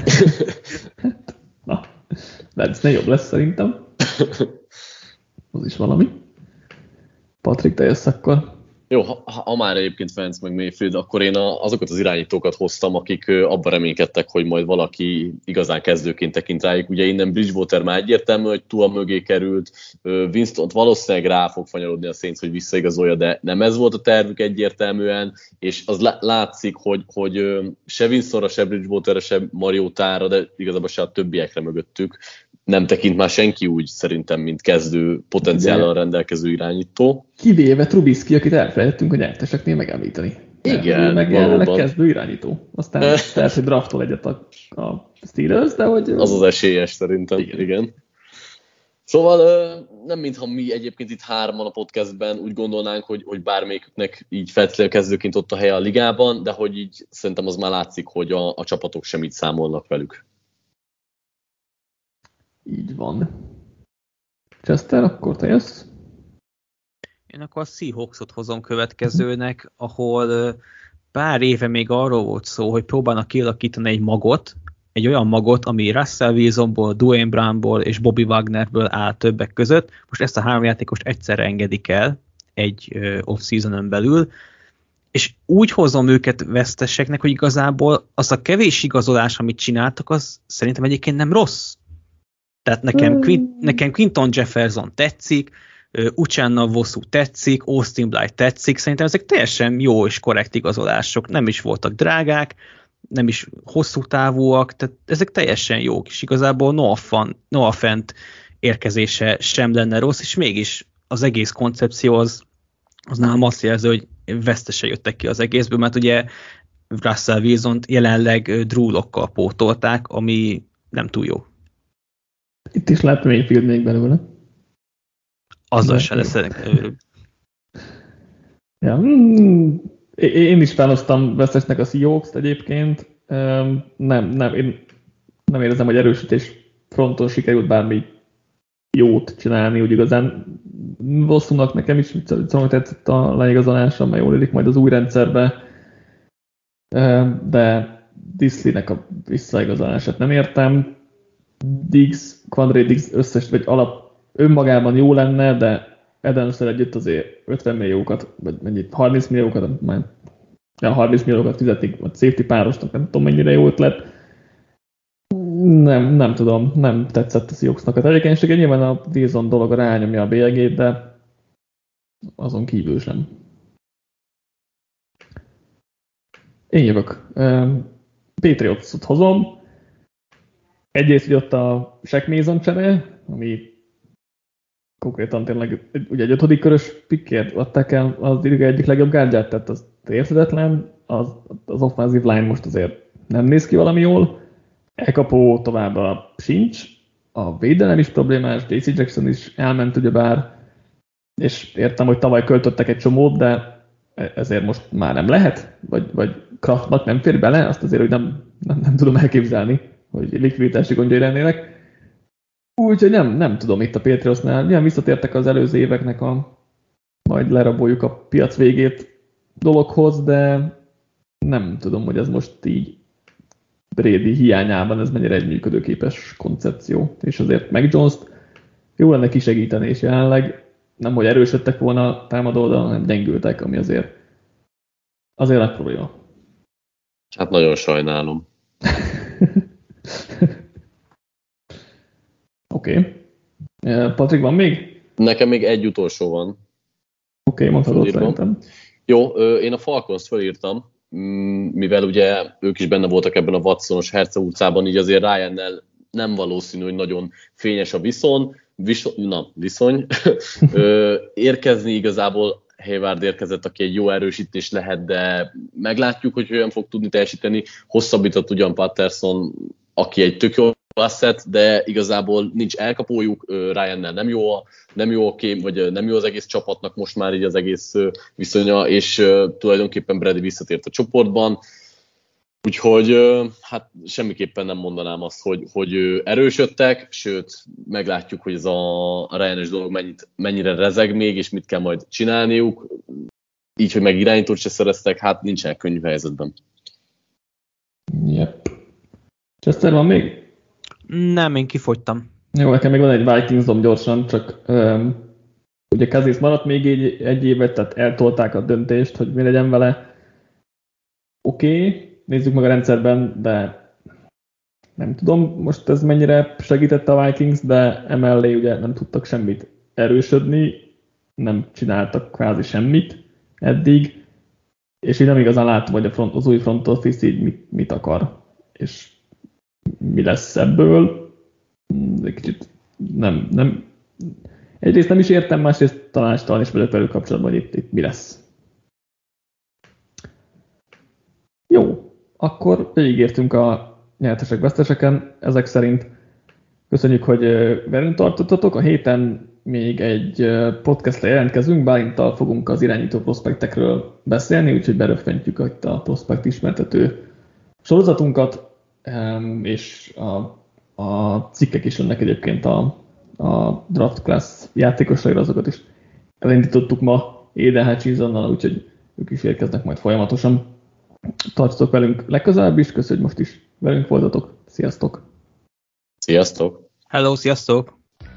Na, Vence jobb lesz szerintem. Az is valami. Patrik, te jössz akkor. Jó, ha, ha már egyébként Vance meg Mayfield, akkor én a, azokat az irányítókat hoztam, akik abban reménykedtek, hogy majd valaki igazán kezdőként tekint rájuk. Ugye innen Bridgewater már egyértelmű, hogy Tua mögé került, Winston-t valószínűleg rá fog fanyalodni a Saints, hogy visszaigazolja, de nem ez volt a tervük egyértelműen, és az látszik, hogy, hogy se Winstonra, se Bridgewaterra, se Mariota-ra, de igazából se a többiekre mögöttük nem tekint már senki úgy szerintem, mint kezdő potenciállal rendelkező irányító. Kivéve Trubisky, akit elfelejtettünk a nyerteseknél megemlíteni. Igen, meg jelenleg kezdő irányító. Aztán lehet, hogy draftol egyet a, a Steelers, de hogy... Az az esélyes szerintem, igen. igen. Szóval nem mintha mi egyébként itt hárman a podcastben úgy gondolnánk, hogy, hogy bármelyiküknek így feltétlenül kezdőként ott a helye a ligában, de hogy így szerintem az már látszik, hogy a, a csapatok semmit számolnak velük. Így van. Chester, akkor te jössz? Én akkor a Seahawksot hozom következőnek, ahol pár éve még arról volt szó, hogy próbálnak kialakítani egy magot, egy olyan magot, ami Russell Wilsonból, Dwayne Brownból és Bobby Wagnerből áll többek között. Most ezt a három játékost egyszerre engedik el egy off-seasonon belül, és úgy hozom őket veszteseknek, hogy igazából az a kevés igazolás, amit csináltak, az szerintem egyébként nem rossz. Tehát nekem, Quint, nekem Quinton Jefferson tetszik, Uchenna Nwosu tetszik, Austin Blythe tetszik, szerintem ezek teljesen jó és korrekt igazolások, nem is voltak drágák, nem is hosszú távúak, tehát ezek teljesen jók, és igazából Noah, Fan, Noah Fant érkezése sem lenne rossz, és mégis az egész koncepció az, az nálam azt jelzi, hogy vesztese jöttek ki az egészből, mert ugye Russell Wilsont jelenleg Drew Lockkal pótolták, ami nem túl jó. Itt is lehet Mayfield még belőle. Azzal se lesz. Ja, mm, én is felhoztam vesztesnek a Seahawks-t egyébként. Nem, nem, én nem érzem, hogy erősítés fronton sikerült bármi jót csinálni, úgy igazán. Vosszúnak nekem is szóval tetszett a leigazolása, mert jól élik majd az új rendszerbe, de Disley-nek a visszaigazolását nem értem. Diggs, Quandre Diggs összes, vagy alap önmagában jó lenne, de Adams-szel együtt azért ötven milliókat, vagy mennyit, harminc milliókat, már ja, harminc milliókat fizetik a safety párosnak, nem tudom mennyire jó ötlet. Nem, nem tudom, nem tetszett a Seahawksnak a tevékenysége. Nyilván a Wilson dolog rányomja a bélyegét, de azon kívül sem. Én jövök. Patriots-ot hozom. Egyrészt, hogy ott a Shaq Mason csere, ami konkrétan tényleg ugye egy ötödik körös pickért adták el az liga egyik legjobb gárdját, tehát az érthetetlen, az, az offensive line most azért nem néz ki valami jól, elkapó továbbra sincs, a védelem is problémás, dé cé Jackson is elment ugyebár, és értem, hogy tavaly költöttek egy csomót, de ezért most már nem lehet, vagy, vagy Kraftnak nem fér bele, azt azért, hogy nem, nem, nem tudom elképzelni, hogy likviditási gondjai lennének. Úgyhogy nem, nem tudom itt a Patriotsnál, milyen visszatértek az előző éveknek a majd leraboljuk a piac végét dologhoz, de nem tudom, hogy ez most így Brady hiányában ez mennyire egy működőképes koncepció. És azért Mac Jones-t jó lenne kisegíteni, és jelenleg nem, hogy erősödtek volna a támadó oldalon, hanem gyengültek, ami azért azért nagy probléma. Hát nagyon sajnálom. Oké. Okay. Patrik, van még? Nekem még egy utolsó van. Oké, okay, mondhatod szerintem. Jó, én a Falcons felírtam, mivel ugye ők is benne voltak ebben a Watsonos Herce utcában, így azért Ryannel nem valószínű, hogy nagyon fényes a viszony, viszony, na, viszony. Érkezni igazából Hayward érkezett, aki egy jó erősítés lehet, de meglátjuk, hogy olyan fog tudni teljesíteni. Hosszabbított ugyan Patterson, aki egy tök jó asset, de igazából nincs elkapójuk, Ryannel nem jó, a, nem jó a kém, vagy nem jó az egész csapatnak most már így az egész viszonya, és tulajdonképpen Brady visszatért a csoportban. Úgyhogy hát semmiképpen nem mondanám azt, hogy, hogy erősödtek, sőt, meglátjuk, hogy ez a, a Ryan-es dolog mennyit, mennyire rezeg még, és mit kell majd csinálniuk. Így, hogy meg irányítót se szereztek, hát nincsenek könnyű helyzetben. Yep. Chester, van még? Nem, én kifogytam. Jó, nekem még van egy Vikingsom gyorsan, csak um, Ugye Cousins maradt még egy, egy évet, tehát eltolták a döntést, hogy mi legyen vele. Oké, okay, nézzük meg a rendszerben, de nem tudom, most ez mennyire segítette a Vikings, de emellé ugye nem tudtak semmit erősödni, nem csináltak kvázi semmit eddig, és így nem igazán látom, hogy a front, az új front office így mit, mit akar, és mi lesz ebből. Egy kicsit nem, nem, egyrészt nem is értem, másrészt tanácstalan is vagyok velük kapcsolatban, hogy itt, itt mi lesz. Jó, akkor végigértünk a nyertesek-veszteseken, ezek szerint köszönjük, hogy velünk tartottatok. A héten még egy podcastra jelentkezünk, Bálinttal fogunk az irányító prospektekről beszélni, úgyhogy beröffentjük itt a prospekt ismertető sorozatunkat, és a, a cikkek is önnek egyébként a, a Draft Class játékosaira, azokat is elindítottuk ma Aiden Hutchinsonnal, úgyhogy ők is érkeznek majd folyamatosan. Tartsatok velünk legközelebb is, köszönjük, hogy most is velünk voltatok. Sziasztok! Sziasztok! Hello, sziasztok!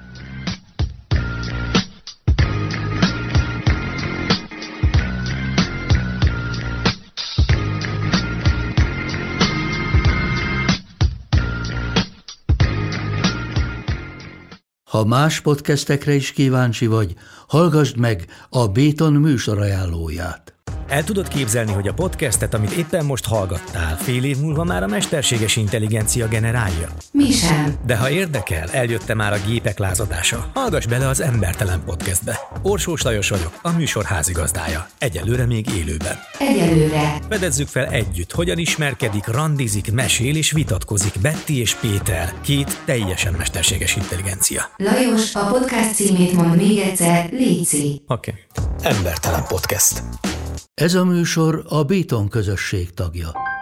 Ha más podcastekre is kíváncsi vagy, hallgassd meg a Béton műsor ajánlóját. El tudod képzelni, hogy a podcastet, amit éppen most hallgattál, fél év múlva már a mesterséges intelligencia generálja? Mi sem. De ha érdekel, eljött már a gépek lázadása. Hallgass bele az Embertelen Podcastbe. Orsós Lajos vagyok, a műsor házigazdája. Egyelőre még élőben. Egyelőre. Fedezzük fel együtt, hogyan ismerkedik, randizik, mesél és vitatkozik Betty és Péter, két teljesen mesterséges intelligencia. Lajos, a podcast címét mond még egyszer, léci. Oké. Okay. Embertelen Podcast. Ez a műsor a Béton közösség tagja.